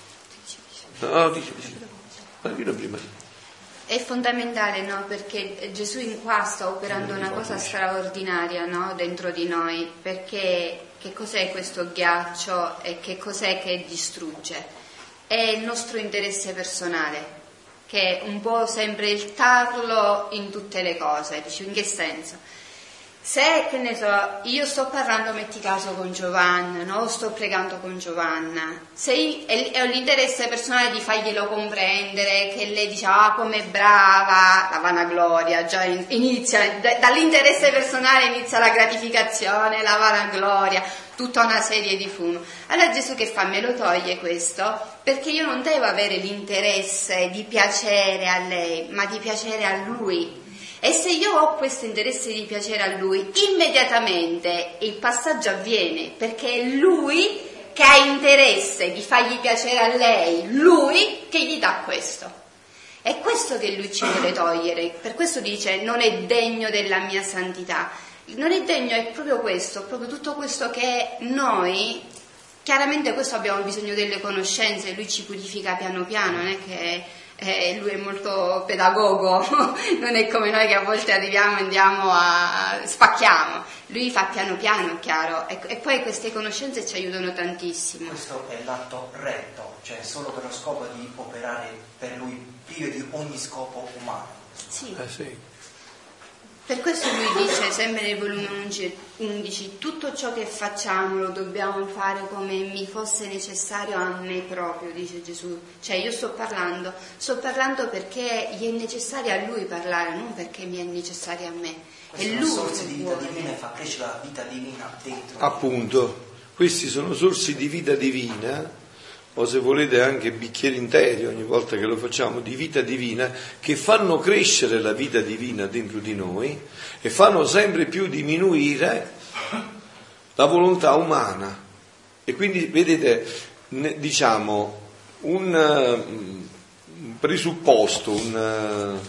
No, dice, dice. Ma dillo prima. È fondamentale, no? Perché Gesù in qua sta operando una cosa straordinaria, no? Dentro di noi, perché che cos'è questo ghiaccio e che cos'è che distrugge? È il nostro interesse personale, che è un po' sempre il tarlo in tutte le cose. Dici, in che senso? Se, che ne so, io sto parlando, metti caso, con Giovanna, no? Sto pregando con Giovanna, se io, e, e ho l'interesse personale di farglielo comprendere, che lei dice, ah, com'è brava, la vanagloria, già in, inizia, d- dall'interesse personale inizia la gratificazione, la vanagloria, tutta una serie di fumi. Allora Gesù che fa? Me lo toglie questo, perché io non devo avere l'interesse di piacere a lei, ma di piacere a Lui. E se io ho questo interesse di piacere a Lui, immediatamente il passaggio avviene, perché è Lui che ha interesse di fargli piacere a lei, Lui che gli dà questo. È questo che Lui ci vuole togliere, per questo dice non è degno della mia santità. Non è degno, è proprio questo, proprio tutto questo che noi, chiaramente questo abbiamo bisogno delle conoscenze, Lui ci purifica piano piano, non è che... Eh, lui è molto pedagogo, non è come noi che a volte arriviamo e andiamo a spacchiamo, lui fa piano piano, chiaro, e, e poi queste conoscenze ci aiutano tantissimo. Questo è l'atto retto, cioè solo per lo scopo di operare per lui, privo di ogni scopo umano. Sì. Eh sì. Per questo lui dice sempre nel volume undici, tutto ciò che facciamo lo dobbiamo fare come mi fosse necessario a me proprio, dice Gesù. Cioè io sto parlando, sto parlando perché gli è necessario a Lui parlare, non perché mi è necessario a me. Queste è sono Lui sorsi che di vita vuole. divina e fa crescere la vita divina dentro. Appunto, questi sono sorsi di vita divina, o se volete anche bicchieri interi ogni volta che lo facciamo, di vita divina, che fanno crescere la vita divina dentro di noi e fanno sempre più diminuire la volontà umana. E quindi vedete, diciamo, un presupposto, un,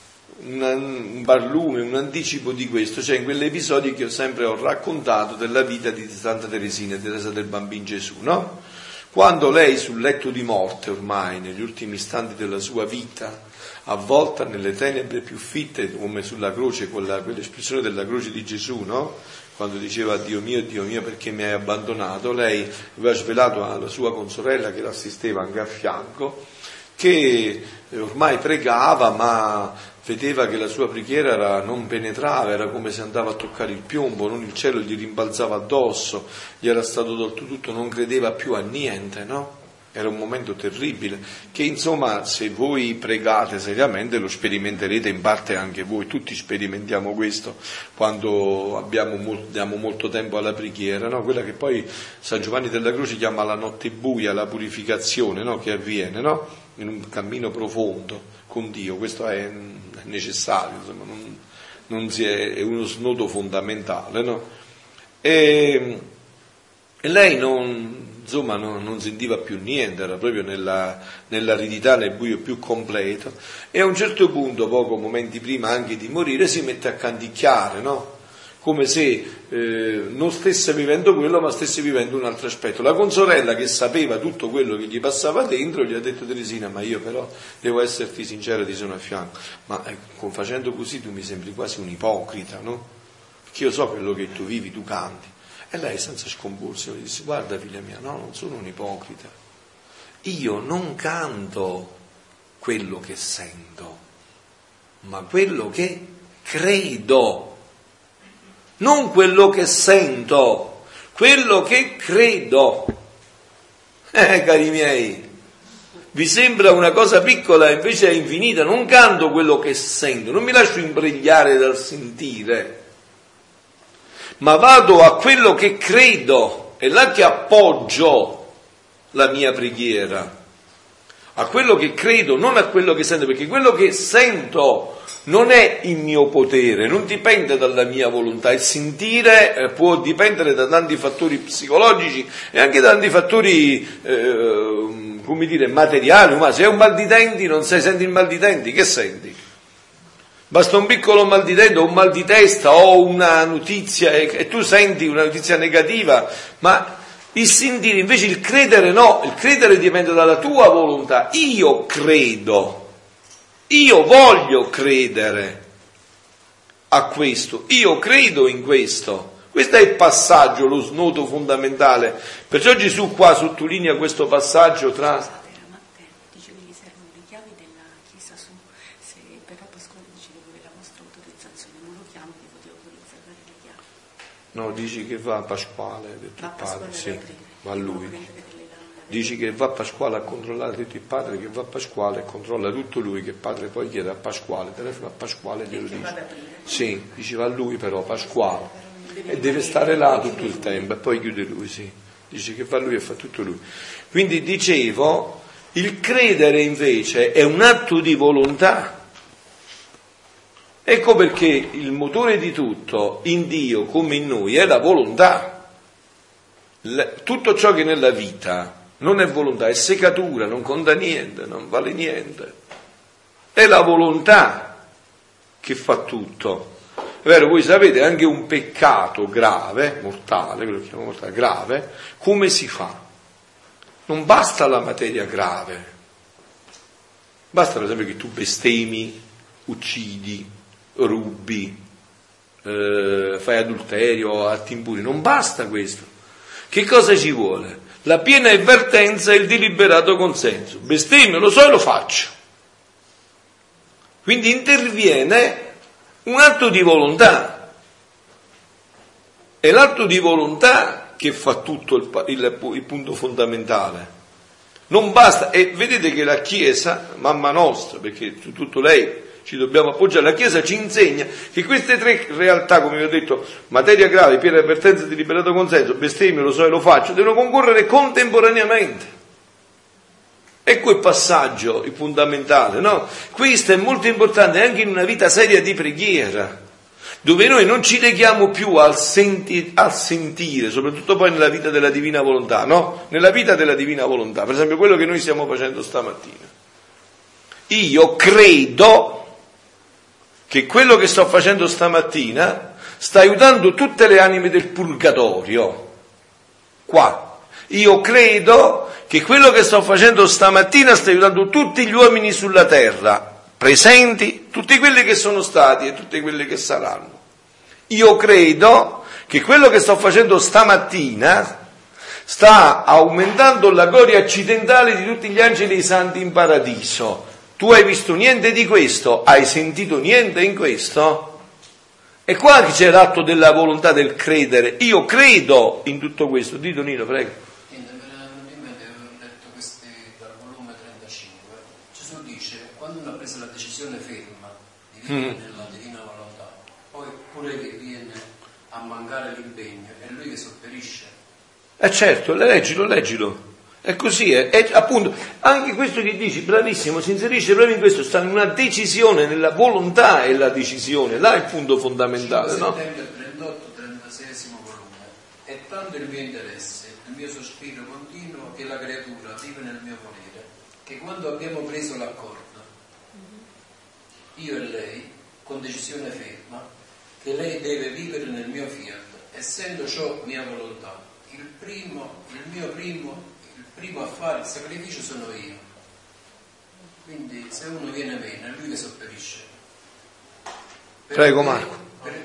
un barlume, un anticipo di questo c'è in quell'episodio che io sempre ho raccontato della vita di Santa Teresina, Teresa del Bambino Gesù, no? Quando lei sul letto di morte, ormai negli ultimi istanti della sua vita, avvolta nelle tenebre più fitte, come sulla croce, quella, quell'espressione della croce di Gesù, no? Quando diceva Dio mio, Dio mio, perché mi hai abbandonato, lei aveva svelato alla sua consorella che l'assisteva anche a fianco, che ormai pregava, ma vedeva che la sua preghiera era, non penetrava, era come se andava a toccare il piombo, non il cielo gli rimbalzava addosso, gli era stato tolto tutto, non credeva più a niente, no? Era un momento terribile, che insomma se voi pregate seriamente lo sperimenterete in parte anche voi, tutti sperimentiamo questo quando abbiamo molto, diamo molto tempo alla preghiera, no? Quella che poi San Giovanni della Croce chiama la notte buia, la purificazione, no? Che avviene, no? In un cammino profondo con Dio, questo è necessario, insomma, non, non si è, è uno snodo fondamentale, no? E, e lei non... insomma no, non sentiva più niente, era proprio nella, nell'aridità, nel buio più completo, e a un certo punto, poco momenti prima anche di morire, si mette a canticchiare, no? Come se eh, non stesse vivendo quello, ma stesse vivendo un altro aspetto. La consorella, che sapeva tutto quello che gli passava dentro, gli ha detto: Teresina, ma io però devo esserti sincera, ti sono a fianco, ma eh, facendo così tu mi sembri quasi un ipocrita, no? Perché io so quello che tu vivi, tu canti. E lei, senza scomporsi, mi disse: guarda figlia mia, no, non sono un ipocrita, io non canto quello che sento, ma quello che credo, non quello che sento, quello che credo. Eh, cari miei, vi sembra una cosa piccola, invece è infinita. Non canto quello che sento, non mi lascio imbrigliare dal sentire, ma vado a quello che credo, è là che appoggio la mia preghiera, a quello che credo, non a quello che sento, perché quello che sento non è il mio potere, non dipende dalla mia volontà. Il sentire eh, può dipendere da tanti fattori psicologici e anche da tanti fattori, eh, come dire, materiali, umani. Se hai un mal di denti, non sai, senti il mal di denti, che senti? Basta un piccolo mal di denti o un mal di testa o una notizia e, e tu senti una notizia negativa, ma il sentire invece, il credere no, il credere dipende dalla tua volontà. Io credo. Io voglio credere a questo, io credo in questo. Questo è il passaggio, lo snodo fondamentale. Perciò Gesù qua sottolinea questo passaggio tra... Dicevi che servono le chiavi della Chiesa su, se Papa Pasquale dice che vuole la vostra autorizzazione, non lo chiamo che potete autorizzare le chiavi. No, dici che va a Pasquale, ha detto il padre, sì, va a lui. Dici che va a Pasquale a controllare tutto il padre, che va a Pasquale e controlla tutto lui, che il padre poi chiede a Pasquale, telefono a Pasquale e glielo dice. Sì, diceva a lui però, Pasquale, e deve stare là tutto il tempo e poi chiude lui, sì. Dice che va lui e fa tutto lui. Quindi dicevo, il credere invece è un atto di volontà. Ecco perché il motore di tutto, in Dio come in noi, è la volontà. Tutto ciò che nella vita non è volontà, è seccatura, non conta niente, non vale niente. È la volontà che fa tutto. È vero, voi sapete, anche un peccato grave, mortale, quello che chiamiamo mortale, grave, come si fa? Non basta la materia grave. Basta per esempio che tu bestemi, uccidi, rubi, eh, fai adulterio, atti impuri. Non basta questo. Che cosa ci vuole? La piena avvertenza e il deliberato consenso. Bestemmio, lo so e lo faccio. Quindi interviene un atto di volontà. È l'atto di volontà che fa tutto il, il, il punto fondamentale. Non basta, e vedete che la Chiesa, mamma nostra, perché su tutto lei ci dobbiamo appoggiare, la Chiesa ci insegna che queste tre realtà, come vi ho detto, materia grave, piena avvertenza di liberato consenso, bestemmio, lo so e lo faccio, devono concorrere contemporaneamente. Ecco il passaggio, il fondamentale, no? Questo è molto importante anche in una vita seria di preghiera, dove noi non ci leghiamo più al, senti- al sentire, soprattutto poi nella vita della divina volontà, no? Nella vita della divina volontà, per esempio quello che noi stiamo facendo stamattina. Io credo che quello che sto facendo stamattina sta aiutando tutte le anime del purgatorio. Qua. Io credo che quello che sto facendo stamattina sta aiutando tutti gli uomini sulla terra, presenti, tutti quelli che sono stati e tutti quelli che saranno. Io credo che quello che sto facendo stamattina sta aumentando la gloria accidentale di tutti gli angeli e i santi in paradiso. Tu hai visto niente di questo? Hai sentito niente in questo? E qua c'è l'atto della volontà del credere. Io credo in tutto questo. Dito Nino, prego. In mente ho letto questi dal volume trentacinque. Gesù dice, quando uno ha preso la decisione ferma di vivere mm. nella divina volontà, poi pure che viene a mancare l'impegno, è lui che sopperisce. Eh certo, leggilo, leggilo. È così, è, è appunto, anche questo che dici, bravissimo, si inserisce proprio in questo, sta in una decisione, nella volontà è la decisione, là è il punto fondamentale, no? settembre trentotto, trentaseiesimo volume. È tanto il mio interesse, il mio sospiro continuo che la creatura vive nel mio volere, che quando abbiamo preso l'accordo, io e lei, con decisione ferma, che lei deve vivere nel mio fiat, essendo ciò mia volontà, il primo, il mio primo primo a fare il sacrificio sono io. Quindi se uno viene meno è lui che sopperisce. Per Prego Marco. Per...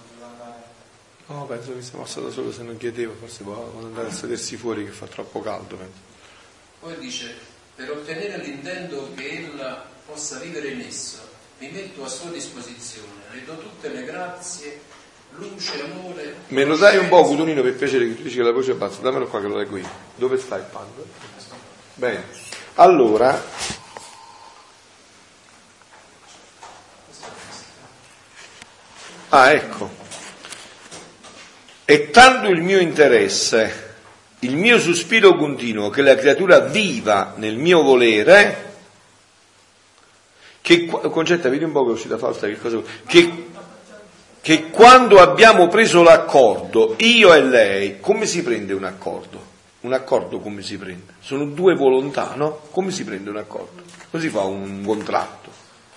No, penso che sia passato solo, se non chiedevo, forse può andare a sedersi fuori che fa troppo caldo. Penso. Poi dice, per ottenere l'intento che ella possa vivere in esso mi metto a sua disposizione, le do tutte le grazie, luce, amore. Me lo dai un po', Cudonino, per piacere, che tu dici che la voce è bassa, dammelo qua che lo leggo io. Dove sta il pando? Bene, allora, ah ecco, è tanto il mio interesse, il mio sospiro continuo, che la creatura viva nel mio volere, che, Concetta, vedi un po' che è uscita Fausta, che cosa, che, che quando abbiamo preso l'accordo, io e lei, come si prende un accordo? Un accordo come si prende? Sono due volontà, no? Come si prende un accordo? Come si fa un contratto?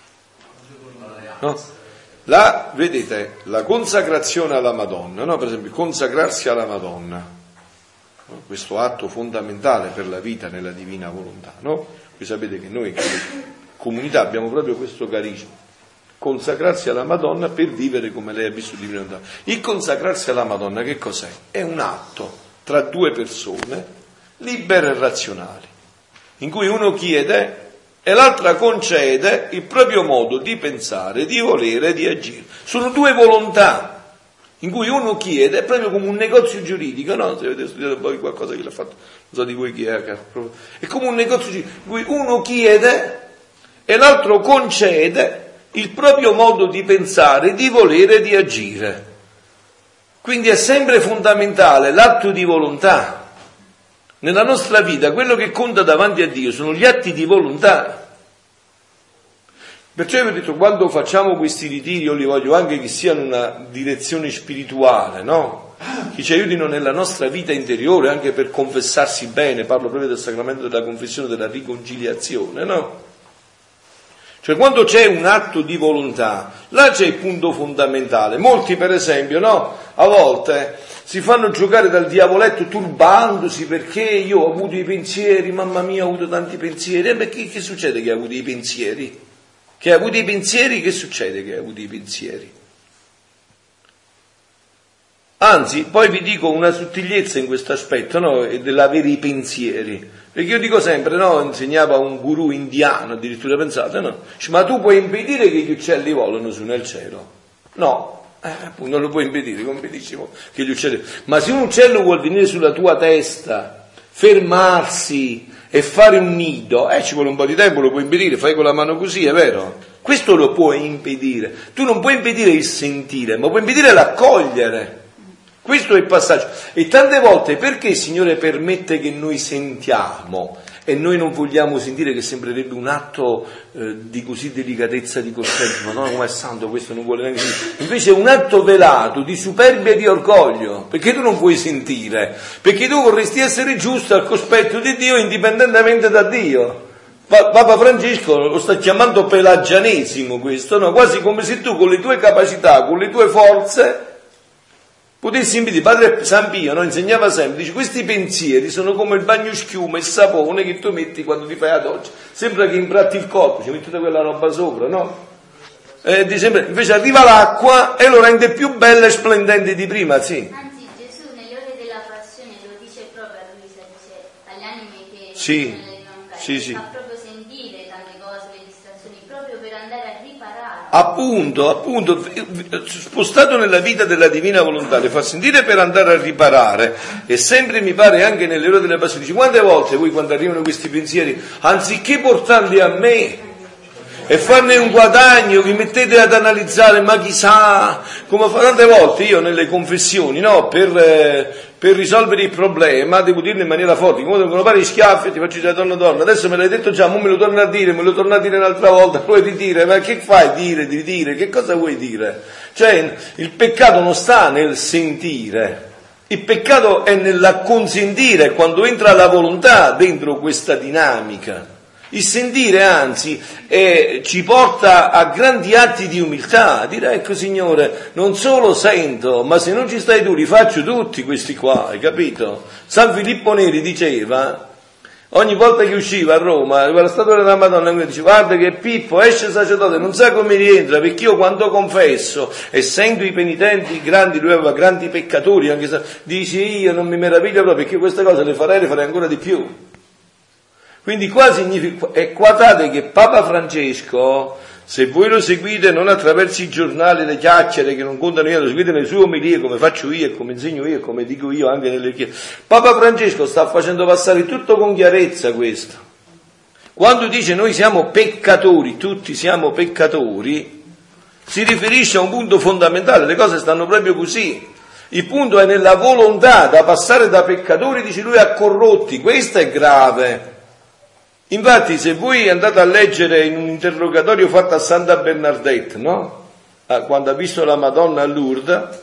No? La, vedete, la consacrazione alla Madonna, no? Per esempio, consacrarsi alla Madonna, no? Questo atto fondamentale per la vita nella divina volontà, no? Voi sapete che noi come comunità abbiamo proprio questo carisma, consacrarsi alla Madonna per vivere come lei ha vissuto di divina volontà. Il consacrarsi alla Madonna che cos'è? È un atto tra due persone libere e razionali, in cui uno chiede e l'altra concede il proprio modo di pensare, di volere, di agire. Sono due volontà in cui uno chiede, è proprio come un negozio giuridico, no? Se avete studiato poi qualcosa che l'ha fatto, non so di voi chi è, è come un negozio giuridico in cui uno chiede e l'altro concede il proprio modo di pensare, di volere e di agire. Quindi è sempre fondamentale l'atto di volontà. Nella nostra vita quello che conta davanti a Dio sono gli atti di volontà. Perciò io vi ho detto, quando facciamo questi ritiri, io li voglio anche che siano una direzione spirituale, no? Che ci aiutino nella nostra vita interiore, anche per confessarsi bene, parlo proprio del sacramento della confessione, della riconciliazione, no? Cioè quando c'è un atto di volontà, là c'è il punto fondamentale. Molti per esempio, no? A volte si fanno giocare dal diavoletto turbandosi perché io ho avuto i pensieri, mamma mia ho avuto tanti pensieri. E beh, che, che succede che hai avuto i pensieri? Che hai avuto i pensieri, che succede che hai avuto i pensieri? Anzi, poi vi dico una sottigliezza in questo aspetto, no? Dell'avere i pensieri. Perché io dico sempre, no? Insegnava un guru indiano, addirittura pensate, no? Dice, ma tu puoi impedire che gli uccelli volano su nel cielo? No, eh, appunto, non lo puoi impedire, come benissimo che gli uccelli. Ma se un uccello vuol venire sulla tua testa, fermarsi e fare un nido, eh, ci vuole un po' di tempo, lo puoi impedire, fai con la mano così, è vero? Questo lo puoi impedire. Tu non puoi impedire il sentire, ma puoi impedire l'accogliere. Questo è il passaggio. E tante volte perché il Signore permette che noi sentiamo e noi non vogliamo sentire, che sembrerebbe un atto eh, di così delicatezza di coscienza, ma no, come è santo, questo non vuole neanche sentire. Invece è un atto velato di superbia e di orgoglio, perché tu non puoi sentire, perché tu vorresti essere giusto al cospetto di Dio indipendentemente da Dio. Papa Francesco lo sta chiamando pelagianesimo questo, no? Quasi come se tu con le tue capacità, con le tue forze potessi impedire. Padre San Pio, no, insegnava sempre, dice, questi pensieri sono come il bagno schiuma, il sapone che tu metti quando ti fai la doccia, sembra che impratti il corpo, ci mettete quella roba sopra, no? Eh, di sempre, invece arriva l'acqua e lo rende più bello e splendente di prima, sì. Anzi, Gesù nelle ore della passione lo dice proprio a Luisa, dice agli animi che sì, sono nelle montagne, sì, sì. fa proprio sentire tante cose, le distrazioni, proprio per andare a riparare. Appunto, appunto, spostato nella vita della divina volontà, le fa sentire per andare a riparare. E sempre mi pare anche nelle ore delle passioni, dice, quante volte voi quando arrivano questi pensieri, anziché portarli a me e farne un guadagno, vi mettete ad analizzare, ma chissà, come fa tante volte io nelle confessioni, no, per, eh, per risolvere il problema, devo dirlo in maniera forte, come devono fare gli schiaffi, ti faccio dire donna donna, adesso me l'hai detto già, ma me lo torno a dire, me lo torno a dire un'altra volta, vuoi ridire, ma che fai dire, di dire, che cosa vuoi dire? Cioè, il peccato non sta nel sentire, il peccato è nell'acconsentire, quando entra la volontà dentro questa dinamica. Il sentire, anzi, eh, ci porta a grandi atti di umiltà, dire, ecco Signore, non solo sento, ma se non ci stai tu li faccio tutti questi qua, hai capito? San Filippo Neri diceva, ogni volta che usciva a Roma, la statua della Madonna, lui dice, guarda che Pippo esce sacerdote, non sa come rientra, perché io quando confesso, essendo i penitenti grandi, lui aveva grandi peccatori, anche se dice, io non mi meraviglio proprio, perché queste cose le farei, le farei ancora di più. Quindi qua significa, e guardate che Papa Francesco, se voi lo seguite non attraverso i giornali, le chiacchiere che non contano niente, lo seguite nelle sue omelie come faccio io e come insegno io e come dico io anche nelle chiese, Papa Francesco sta facendo passare tutto con chiarezza questo. Quando dice noi siamo peccatori, tutti siamo peccatori, si riferisce a un punto fondamentale, le cose stanno proprio così. Il punto è nella volontà da passare da peccatori, dice lui, a corrotti. Questo è grave. Infatti, se voi andate a leggere in un interrogatorio fatto a Santa Bernadette, no? Quando ha visto la Madonna a Lourdes,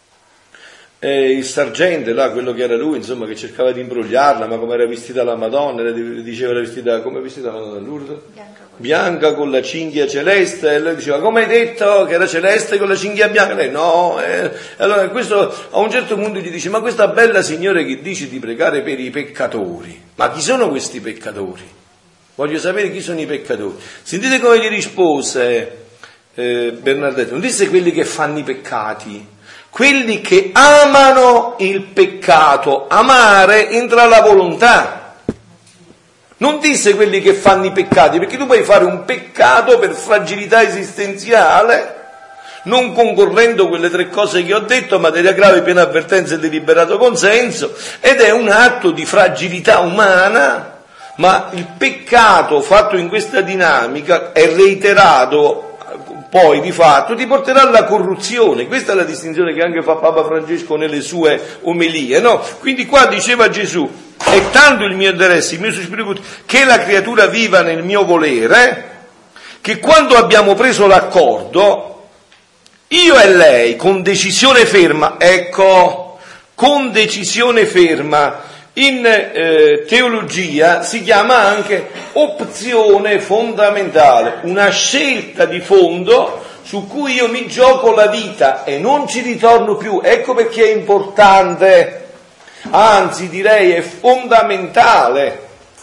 eh, il sergente, là, quello che era lui, insomma, che cercava di imbrogliarla, ma come era vestita la Madonna, le diceva era vestita, come è vestita la Madonna a Lourdes? Bianca con, bianca con la cinghia celeste, e lei diceva, come hai detto che era celeste con la cinghia bianca? Lei no, eh. Allora questo a un certo punto gli dice, ma questa bella signora che dice di pregare per i peccatori, ma chi sono questi peccatori? Voglio sapere chi sono i peccatori. Sentite come gli rispose eh, Bernadette, non disse quelli che fanno i peccati, quelli che amano il peccato. Amare entra la volontà. Non disse quelli che fanno i peccati, perché tu puoi fare un peccato per fragilità esistenziale, non concorrendo quelle tre cose che ho detto, materia grave, piena avvertenza e deliberato consenso, ed è un atto di fragilità umana. Ma il peccato fatto in questa dinamica è reiterato poi di fatto, ti porterà alla corruzione. Questa è la distinzione che anche fa Papa Francesco nelle sue omelie, no? Quindi qua diceva Gesù, è tanto il mio interesse, il mio spirito, che la creatura viva nel mio volere, che quando abbiamo preso l'accordo, io e lei, con decisione ferma, ecco, con decisione ferma, in eh, teologia si chiama anche opzione fondamentale, una scelta di fondo su cui io mi gioco la vita e non ci ritorno più. Ecco perché è importante, anzi direi è fondamentale.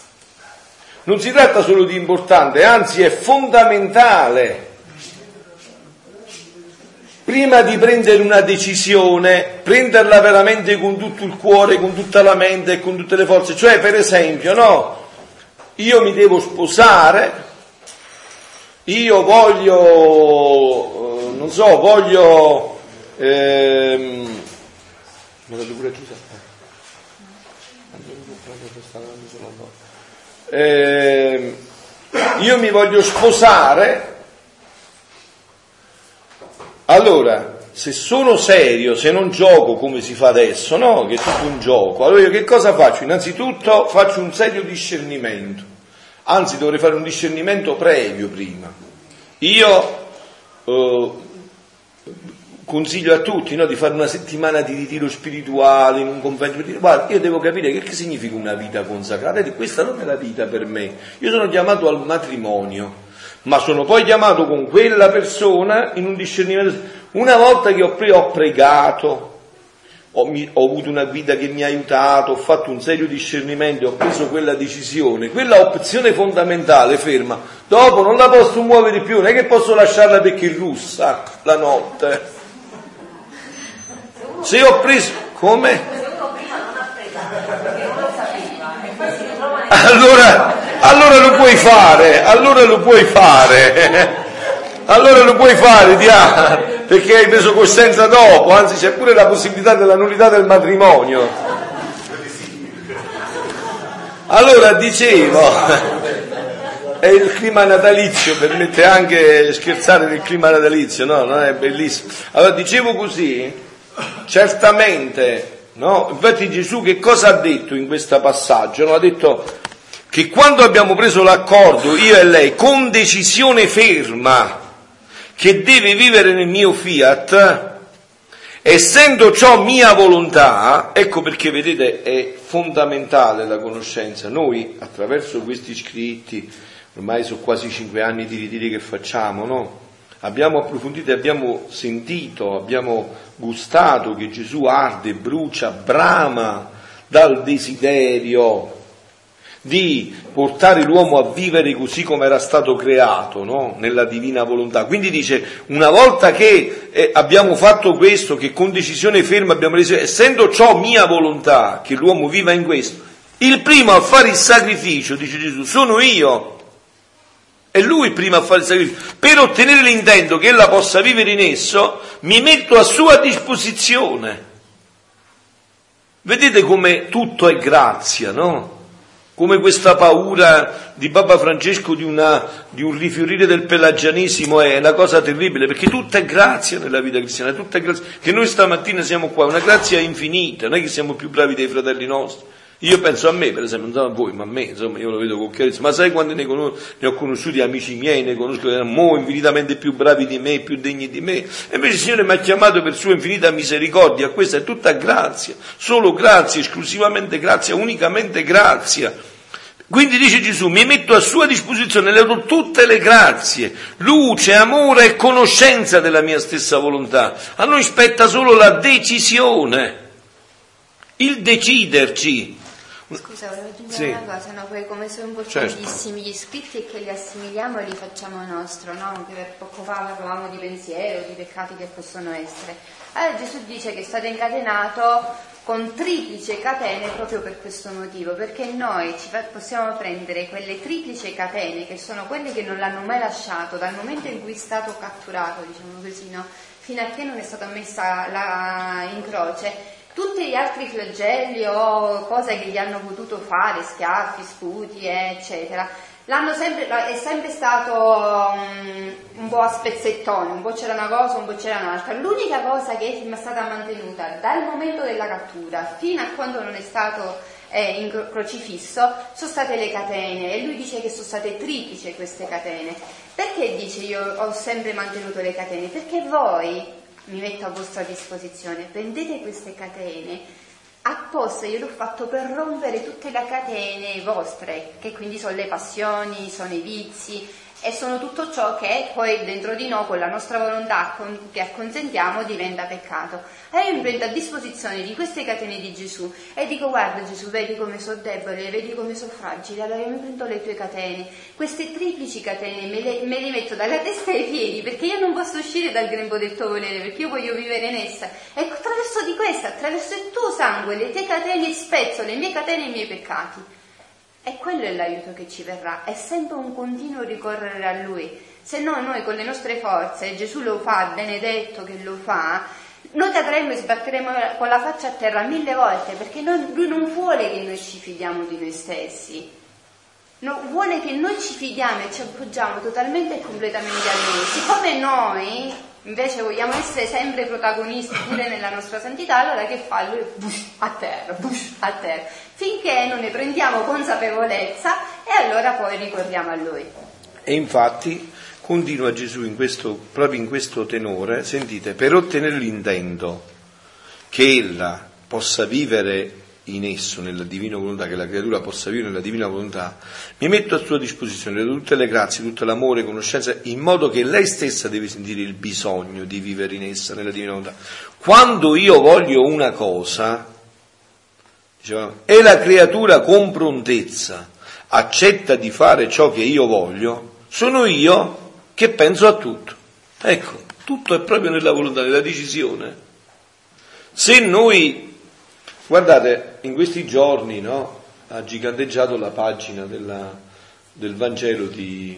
Non si tratta solo di importante, anzi è fondamentale. Prima di prendere una decisione, prenderla veramente con tutto il cuore, con tutta la mente e con tutte le forze. Cioè, per esempio, no, io mi devo sposare, io voglio, eh, non so, voglio, ehm, me la pure chiusa? Eh, io mi voglio sposare. Allora, se sono serio, se non gioco come si fa adesso, no? Che è tutto un gioco, allora io che cosa faccio? Innanzitutto faccio un serio discernimento, anzi dovrei fare un discernimento previo prima. Io eh, consiglio a tutti, no, di fare una settimana di ritiro spirituale, in un convento, di dire, guarda, io devo capire che, che significa una vita consacrata, e questa non è la vita per me, io sono chiamato al matrimonio, ma sono poi chiamato con quella persona in un discernimento. Una volta che ho, pre- ho pregato, ho, mi, ho avuto una guida che mi ha aiutato, ho fatto un serio discernimento, ho preso quella decisione, quella opzione fondamentale ferma, dopo non la posso muovere più, non è che posso lasciarla perché è russa la notte. Se ho preso, come? Allora, allora lo puoi fare, allora lo puoi fare, allora lo puoi fare, Diana, perché hai preso coscienza dopo, anzi c'è pure la possibilità della nullità del matrimonio. Allora dicevo, è il clima natalizio, permette anche scherzare del clima natalizio, no? Non è bellissimo. Allora dicevo così, certamente. No? Infatti Gesù che cosa ha detto in questo passaggio? No? Ha detto che quando abbiamo preso l'accordo, io e lei, con decisione ferma, che deve vivere nel mio fiat, essendo ciò mia volontà, ecco perché vedete è fondamentale la conoscenza. Noi attraverso questi scritti, ormai sono quasi cinque anni di ritiri che facciamo, no? Abbiamo approfondito e abbiamo sentito, abbiamo gustato che Gesù arde, brucia, brama dal desiderio di portare l'uomo a vivere così come era stato creato, no? Nella divina volontà. Quindi dice, una volta che eh, abbiamo fatto questo, che con decisione ferma abbiamo reso, essendo ciò mia volontà, che l'uomo viva in questo, Il primo a fare il sacrificio, dice Gesù, sono io. È lui prima a fare il sacrificio. Per ottenere l'intento che ella possa vivere in esso, mi metto a sua disposizione. Vedete come tutto è grazia, no? Come questa paura di Papa Francesco di, una, di un rifiorire del pelagianesimo è una cosa terribile, perché tutta è grazia nella vita cristiana, tutta è grazia. Che noi stamattina siamo qua, una grazia infinita, non è che siamo più bravi dei fratelli nostri. Io penso a me, per esempio, non so a voi, ma a me, insomma, io lo vedo con chiarezza. Ma sai quando ne, con- ne ho conosciuti amici miei, ne conosco che erano mo infinitamente più bravi di me, più degni di me. E invece il Signore mi ha chiamato per sua infinita misericordia. Questa è tutta grazia, solo grazia, esclusivamente grazia, unicamente grazia. Quindi dice Gesù, mi metto a sua disposizione, le do tutte le grazie, luce, amore e conoscenza della mia stessa volontà. A noi spetta solo la decisione, il deciderci. Scusa, volevo aggiungere Sì. una cosa, no? Poi come sono importantissimi gli scritti e che li assimiliamo e li facciamo nostro, no? Anche per poco fa parlavamo di pensiero, di peccati che possono essere. Allora Gesù dice che è stato incatenato con triplice catene proprio per questo motivo, perché noi ci fa- possiamo prendere quelle triplice catene che sono quelle che non l'hanno mai lasciato dal momento in cui è stato catturato, diciamo così, no? Fino a che non è stata messa la, in croce. Tutti gli altri flagelli o cose che gli hanno potuto fare, schiaffi, sputi, eccetera, l'hanno sempre, è sempre stato um, un po' a spezzettone, un po' c'era una cosa, un po' c'era un'altra. L'unica cosa che è stata mantenuta dal momento della cattura fino a quando non è stato eh, in cro- crocifisso sono state le catene, e lui dice che sono state triplice queste catene. Perché dice io ho sempre mantenuto le catene? Perché voi, mi metto a vostra disposizione, prendete queste catene, apposta io l'ho fatto per rompere tutte le catene vostre, che quindi sono le passioni, sono i vizi, e sono tutto ciò che poi dentro di noi, con la nostra volontà con, che acconsentiamo, diventa peccato. E io mi prendo a disposizione di queste catene di Gesù e dico: guarda Gesù, vedi come sono debole, vedi come sono fragile, allora io mi prendo le tue catene, queste triplici catene me le, me le metto dalla testa ai piedi, perché io non posso uscire dal grembo del tuo volere, perché io voglio vivere in essa, e attraverso di questa, attraverso il tuo sangue, le tue catene, spezzo le mie catene e i miei peccati. E quello è l'aiuto che ci verrà, è sempre un continuo ricorrere a Lui. Se no noi con le nostre forze, Gesù lo fa, benedetto che lo fa, noi cadremo e sbatteremo con la faccia a terra mille volte, perché noi, Lui non vuole che noi ci fidiamo di noi stessi, no, vuole che noi ci fidiamo e ci appoggiamo totalmente e completamente a Lui. Siccome noi invece vogliamo essere sempre protagonisti pure nella nostra santità, allora che fa? Lui bush, a terra, bush, a terra, finché non ne prendiamo consapevolezza, e allora poi ricordiamo a Lui. E infatti continua Gesù in questo, proprio in questo tenore, sentite, per ottenere l'intento che ella possa vivere in esso, nella divina volontà, che la creatura possa vivere nella divina volontà, mi metto a sua disposizione tutte le grazie, tutto l'amore, conoscenza, in modo che lei stessa deve sentire il bisogno di vivere in essa, nella divina volontà. Quando io voglio una cosa, diceva, e la creatura con prontezza accetta di fare ciò che io voglio, sono io che penso a tutto. Ecco, tutto è proprio nella volontà, nella decisione. Se noi, guardate, in questi giorni, no, ha giganteggiato la pagina della, del Vangelo di,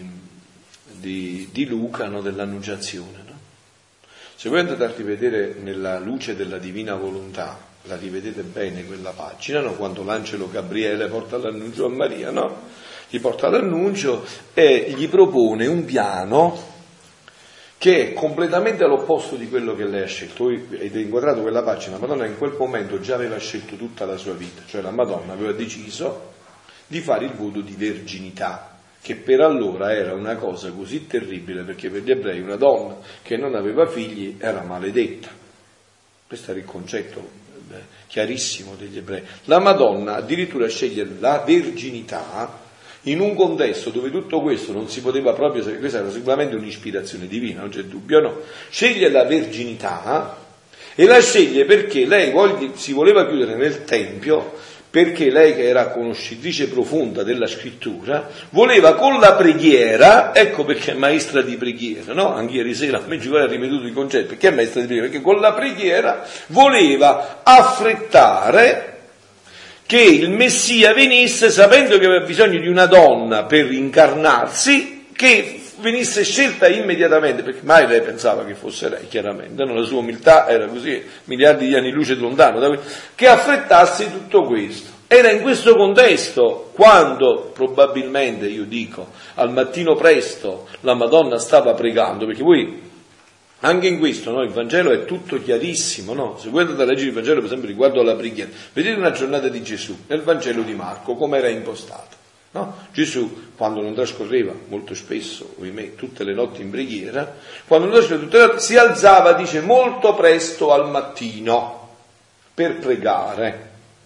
di, di Luca, no, dell'Annunciazione. No? Se voi andate a rivedere nella luce della divina volontà, la rivedete bene quella pagina, no? Quando l'angelo Gabriele porta l'annuncio a Maria, no? Gli porta l'annuncio e gli propone un piano che è completamente all'opposto di quello che lei ha scelto. Voi avete inquadrato quella pagina, la Madonna in quel momento già aveva scelto tutta la sua vita, cioè la Madonna aveva deciso di fare il voto di verginità, che per allora era una cosa così terribile, perché per gli ebrei una donna che non aveva figli era maledetta. Questo era il concetto chiarissimo degli ebrei. La Madonna addirittura sceglie la verginità in un contesto dove tutto questo non si poteva proprio, questa era sicuramente un'ispirazione divina, non c'è dubbio, no? Sceglie la verginità e la sceglie perché lei voglia, si voleva chiudere nel Tempio, perché lei, che era conoscitrice profonda della scrittura, voleva con la preghiera, ecco perché è maestra di preghiera, no? Anche ieri sera a me ci vuole ripetuto il concetto, perché è maestra di preghiera? Perché con la preghiera voleva affrettare che il Messia venisse sapendo che aveva bisogno di una donna per incarnarsi, che venisse scelta immediatamente, perché mai lei pensava che fosse lei, chiaramente, no? La sua umiltà era così, miliardi di anni luce lontano, da que- che affrettasse tutto questo. Era in questo contesto, quando probabilmente, io dico, al mattino presto la Madonna stava pregando, perché voi, anche in questo, no? Il Vangelo è tutto chiarissimo, no? Se voi andate a leggere il Vangelo, per esempio, riguardo alla preghiera, vedete una giornata di Gesù, nel Vangelo di Marco, come era impostato, no? Gesù, quando non trascorreva, molto spesso, ohimè, tutte le notti in preghiera, quando non trascorreva tutte le notti, si alzava, dice, molto presto al mattino, per pregare.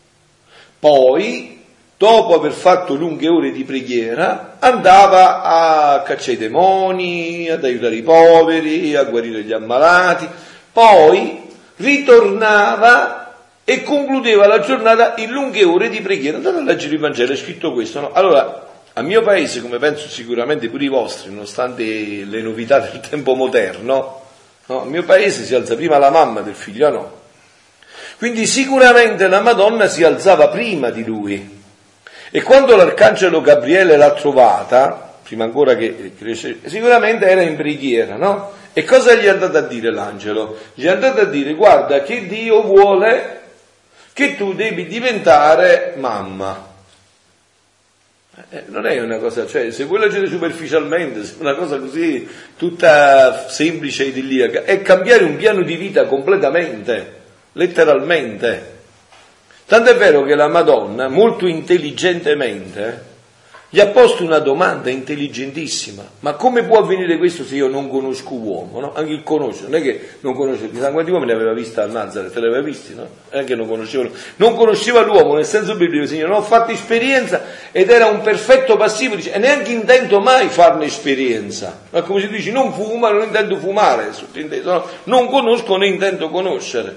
Poi, dopo aver fatto lunghe ore di preghiera, andava a cacciare i demoni, ad aiutare i poveri, a guarire gli ammalati, poi ritornava e concludeva la giornata in lunghe ore di preghiera. Andate a leggere il Vangelo, è scritto questo, no? Allora, a mio paese, come penso sicuramente pure i vostri, nonostante le novità del tempo moderno, no? A mio paese si alza prima la mamma del figlio, no? Quindi sicuramente la Madonna si alzava prima di lui. E quando l'arcangelo Gabriele l'ha trovata, prima ancora che crescesse, sicuramente era in preghiera, no? E cosa gli è andato a dire l'angelo? Gli è andato a dire, guarda che Dio vuole che tu devi diventare mamma. Eh, non è una cosa, cioè, se voi leggete superficialmente, se è una cosa così tutta semplice e idilliaca, è cambiare un piano di vita completamente, letteralmente. Tanto è vero che la Madonna, molto intelligentemente, gli ha posto una domanda intelligentissima: ma come può avvenire questo se io non conosco uomo? No? Anche il conoscere, non è che non conosce, chissà quanti uomini aveva vista a Nazareth, te li aveva visti, no? Non è che non conosceva, non conosceva l'uomo nel senso biblico, Signore, non ho fatto esperienza, ed era un perfetto passivo, dice, e neanche intendo mai farne esperienza. Ma come si dice, non fuma, non intendo fumare, sottinteso, no? Non conosco né intendo conoscere.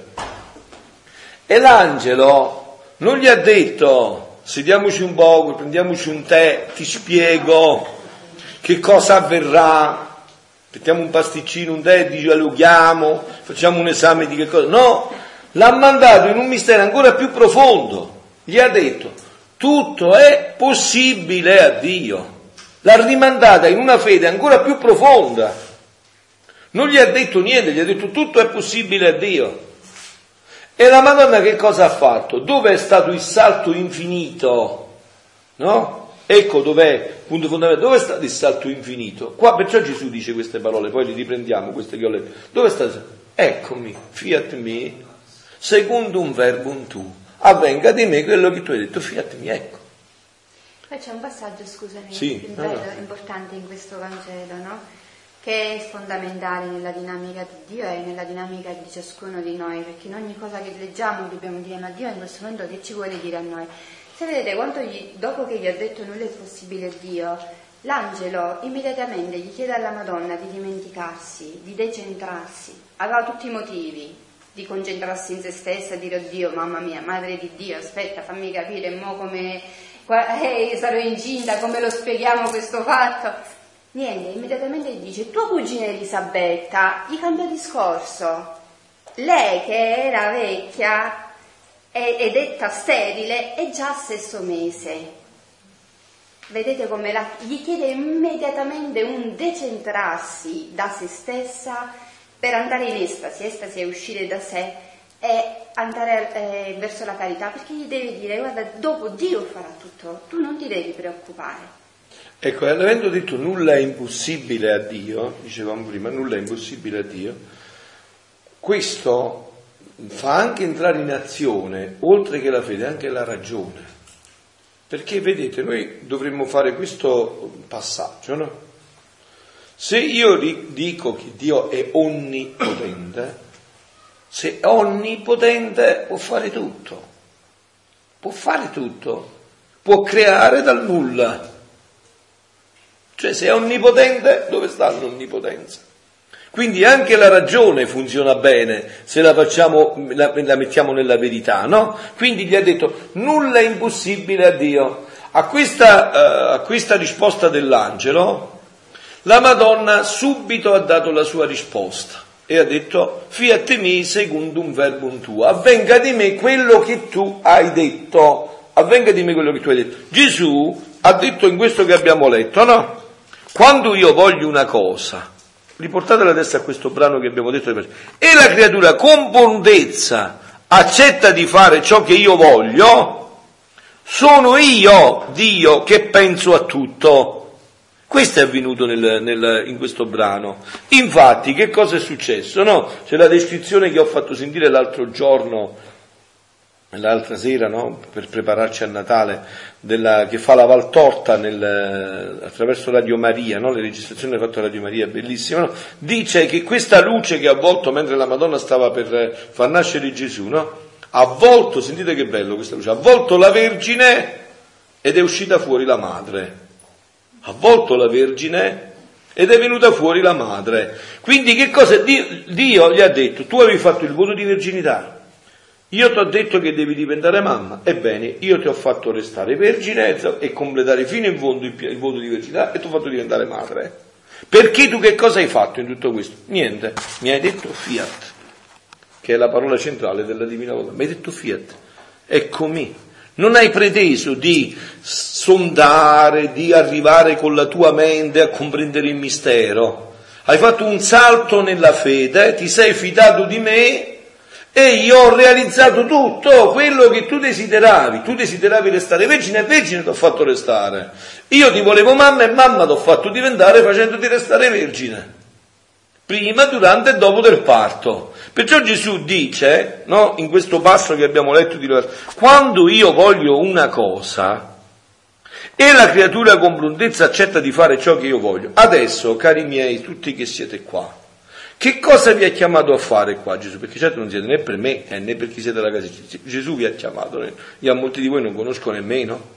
E l'angelo non gli ha detto, sediamoci un po', prendiamoci un tè, ti spiego che cosa avverrà, mettiamo un pasticcino, un tè, dialoghiamo, facciamo un esame di che cosa. No, l'ha mandato in un mistero ancora più profondo. Gli ha detto, tutto è possibile a Dio. L'ha rimandata in una fede ancora più profonda. Non gli ha detto niente, gli ha detto tutto è possibile a Dio. E la Madonna che cosa ha fatto? Dove è stato il salto infinito? No? Ecco dov'è, punto fondamentale, dove è stato il salto infinito? Qua perciò Gesù dice queste parole, poi li riprendiamo, queste che ho letto. Dove è stato? Eccomi, fiat me, secondo un verbum tu, avvenga di me quello che tu hai detto, fiat me, ecco. Poi c'è un passaggio, scusami, sì, bello, no, no. importante in questo Vangelo, no? Che è fondamentale nella dinamica di Dio e nella dinamica di ciascuno di noi, perché in ogni cosa che leggiamo dobbiamo dire, ma Dio in questo momento che ci vuole dire a noi? Se vedete, quando gli, dopo che gli ha detto nulla è possibile a Dio, l'angelo immediatamente gli chiede alla Madonna di dimenticarsi, di decentrarsi, aveva tutti i motivi di concentrarsi in se stessa e dire, oddio, mamma mia, madre di Dio, aspetta, fammi capire, mo come eh, sarò incinta, come lo spieghiamo questo fatto? Niente, immediatamente gli dice, tua cugina Elisabetta, gli cambia discorso. Lei che era vecchia e, e detta sterile è già al sesto mese. Vedete come la, gli chiede immediatamente un decentrarsi da se stessa per andare in estasi, estasi è uscire da sé e andare eh, verso la carità, perché gli deve dire, guarda, dopo Dio farà tutto, tu non ti devi preoccupare. Ecco, avendo detto nulla è impossibile a Dio, dicevamo prima, nulla è impossibile a Dio, questo fa anche entrare in azione, oltre che la fede, anche la ragione. Perché, vedete, noi dovremmo fare questo passaggio, no? Se io dico che Dio è onnipotente, se è onnipotente può fare tutto, può fare tutto, può creare dal nulla. Cioè, se è onnipotente, dove sta l'onnipotenza? Quindi anche la ragione funziona bene se la facciamo, la, la mettiamo nella verità, no? Quindi gli ha detto, nulla è impossibile a Dio. A questa, uh, a questa risposta dell'angelo, la Madonna subito ha dato la sua risposta e ha detto, fiat mi secundum verbum tuo, avvenga di me quello che tu hai detto. avvenga di me quello che tu hai detto. Gesù ha detto in questo che abbiamo letto, no? Quando io voglio una cosa, riportatela adesso a questo brano che abbiamo detto, e la creatura con bondezza accetta di fare ciò che io voglio, sono io, Dio, che penso a tutto. Questo è avvenuto nel, nel, in questo brano. Infatti, che cosa è successo? No? C'è la descrizione che ho fatto sentire l'altro giorno, l'altra sera, no? Per prepararci a Natale, della, che fa la Valtorta nel, attraverso Radio Maria, no? Le registrazioni le ha fatto Radio Maria, bellissima, no? Dice che questa luce che ha avvolto mentre la Madonna stava per far nascere Gesù, no? Ha avvolto, sentite che bello questa luce, ha avvolto la Vergine ed è uscita fuori la madre. Ha avvolto la Vergine ed è venuta fuori la madre. Quindi che cosa? Dio, Dio gli ha detto, tu avevi fatto il voto di verginità, io ti ho detto che devi diventare mamma, ebbene io ti ho fatto restare vergine e completare fino in fondo il, il voto di verginità e ti ho fatto diventare madre. Perché tu che cosa hai fatto in tutto questo? Niente, mi hai detto fiat, che è la parola centrale della Divina Volontà, mi hai detto fiat, eccomi. Non hai preteso di sondare, di arrivare con la tua mente a comprendere il mistero. Hai fatto un salto nella fede, ti sei fidato di me e io ho realizzato tutto quello che tu desideravi. Tu desideravi restare vergine e vergine ti ho fatto restare. Io ti volevo mamma e mamma ti ho fatto diventare facendoti restare vergine. Prima, durante e dopo del parto. Perciò Gesù dice, no, in questo passo che abbiamo letto, di quando io voglio una cosa e la creatura con prontezza accetta di fare ciò che io voglio. Adesso, cari miei, tutti che siete qua, che cosa vi ha chiamato a fare qua Gesù? Perché certo non siete né per me eh, né per chi siete alla casa. Gesù vi ha chiamato, io a molti di voi non conosco nemmeno.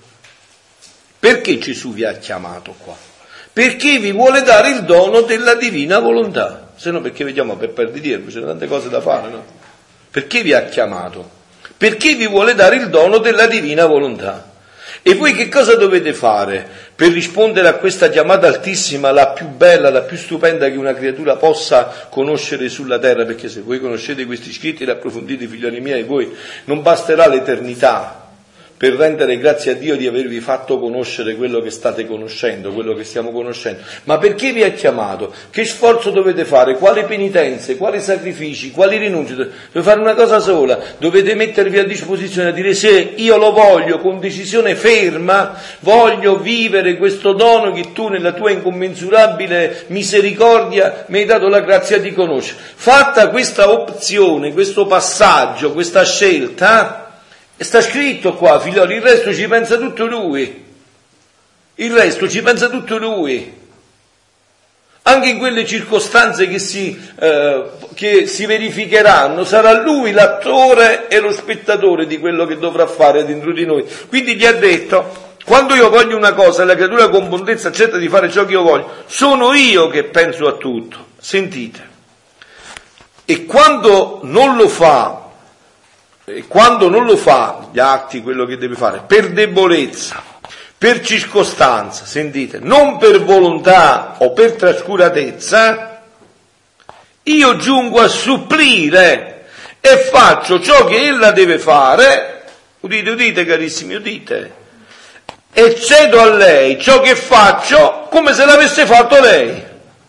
Perché Gesù vi ha chiamato qua? Perché vi vuole dare il dono della divina volontà. Se no perché vediamo per perdirvi, c'è tante cose da fare, no? Perché vi ha chiamato? Perché vi vuole dare il dono della divina volontà. E voi che cosa dovete fare per rispondere a questa chiamata altissima, la più bella, la più stupenda che una creatura possa conoscere sulla terra? Perché se voi conoscete questi scritti e approfondite, figlioli miei, voi non basterà l'eternità per rendere grazie a Dio di avervi fatto conoscere quello che state conoscendo, quello che stiamo conoscendo. Ma perché vi ha chiamato? Che sforzo dovete fare? Quali penitenze? Quali sacrifici? Quali rinunce? Dovete fare una cosa sola, dovete mettervi a disposizione a dire se io lo voglio con decisione ferma, voglio vivere questo dono che tu nella tua incommensurabile misericordia mi hai dato la grazia di conoscere. Fatta questa opzione, questo passaggio, questa scelta, e sta scritto qua, figlioli, il resto ci pensa tutto lui. Il resto ci pensa tutto lui. Anche in quelle circostanze che si, eh, che si verificheranno, sarà lui l'attore e lo spettatore di quello che dovrà fare dentro di noi. Quindi gli ha detto, quando io voglio una cosa e la creatura con bondezza accetta di fare ciò che io voglio, sono io che penso a tutto. Sentite. E quando non lo fa, E quando non lo fa, gli atti, quello che deve fare, per debolezza, per circostanza, sentite, non per volontà o per trascuratezza, io giungo a supplire e faccio ciò che ella deve fare, udite, udite carissimi, udite, e cedo a lei ciò che faccio come se l'avesse fatto lei.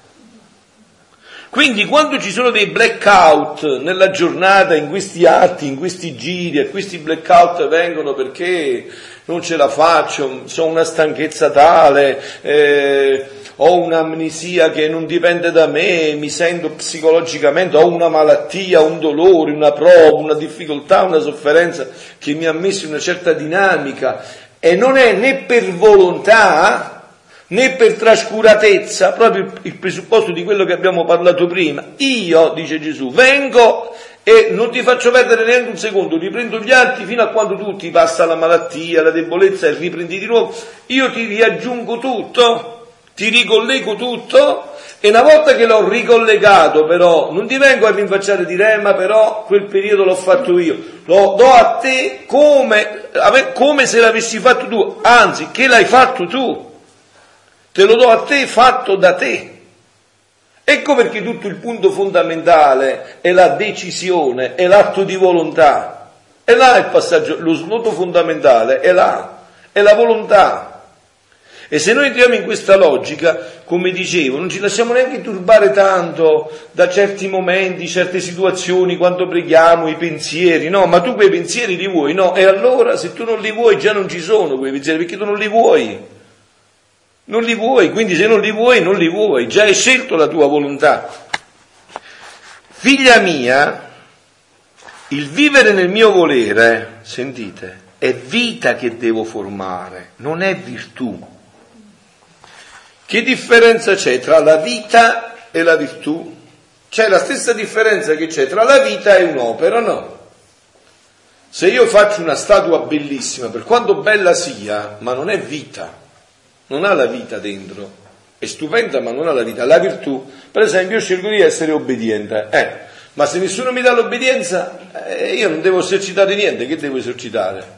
Quindi quando ci sono dei blackout nella giornata, in questi atti, in questi giri, e questi blackout vengono perché non ce la faccio, ho una stanchezza tale, eh, ho un'amnesia che non dipende da me, mi sento psicologicamente, ho una malattia, un dolore, una prova, una difficoltà, una sofferenza che mi ha messo in una certa dinamica, e non è né per volontà né per trascuratezza, proprio il presupposto di quello che abbiamo parlato prima. Io, dice Gesù, vengo e non ti faccio perdere neanche un secondo, riprendo gli atti fino a quando tu ti passa la malattia, la debolezza e riprendi di nuovo, io ti riaggiungo tutto, ti ricollego tutto, e una volta che l'ho ricollegato però non ti vengo a rinfacciare di re, ma però quel periodo l'ho fatto io, lo do a te come, come se l'avessi fatto tu, anzi che l'hai fatto tu. Te lo do a te fatto da te. Ecco perché tutto il punto fondamentale è la decisione, è l'atto di volontà. è là il passaggio, lo snodo fondamentale è là, è la volontà. E se noi entriamo in questa logica, come dicevo, non ci lasciamo neanche turbare tanto da certi momenti, certe situazioni, quando preghiamo, i pensieri, no, ma tu quei pensieri li vuoi, no, e allora se tu non li vuoi già non ci sono quei pensieri, perché tu non li vuoi, non li vuoi, quindi se non li vuoi, non li vuoi, già hai scelto la tua volontà. Figlia mia, il vivere nel mio volere, sentite, è vita che devo formare, non è virtù. Che differenza c'è tra la vita e la virtù? C'è la stessa differenza che c'è tra la vita e un'opera, no? Se io faccio una statua bellissima, per quanto bella sia, ma non è vita, non ha la vita dentro, è stupenda ma non ha la vita. La virtù, per esempio, io scelgo di essere obbediente, eh, ma se nessuno mi dà l'obbedienza, eh, io non devo esercitare niente, che devo esercitare?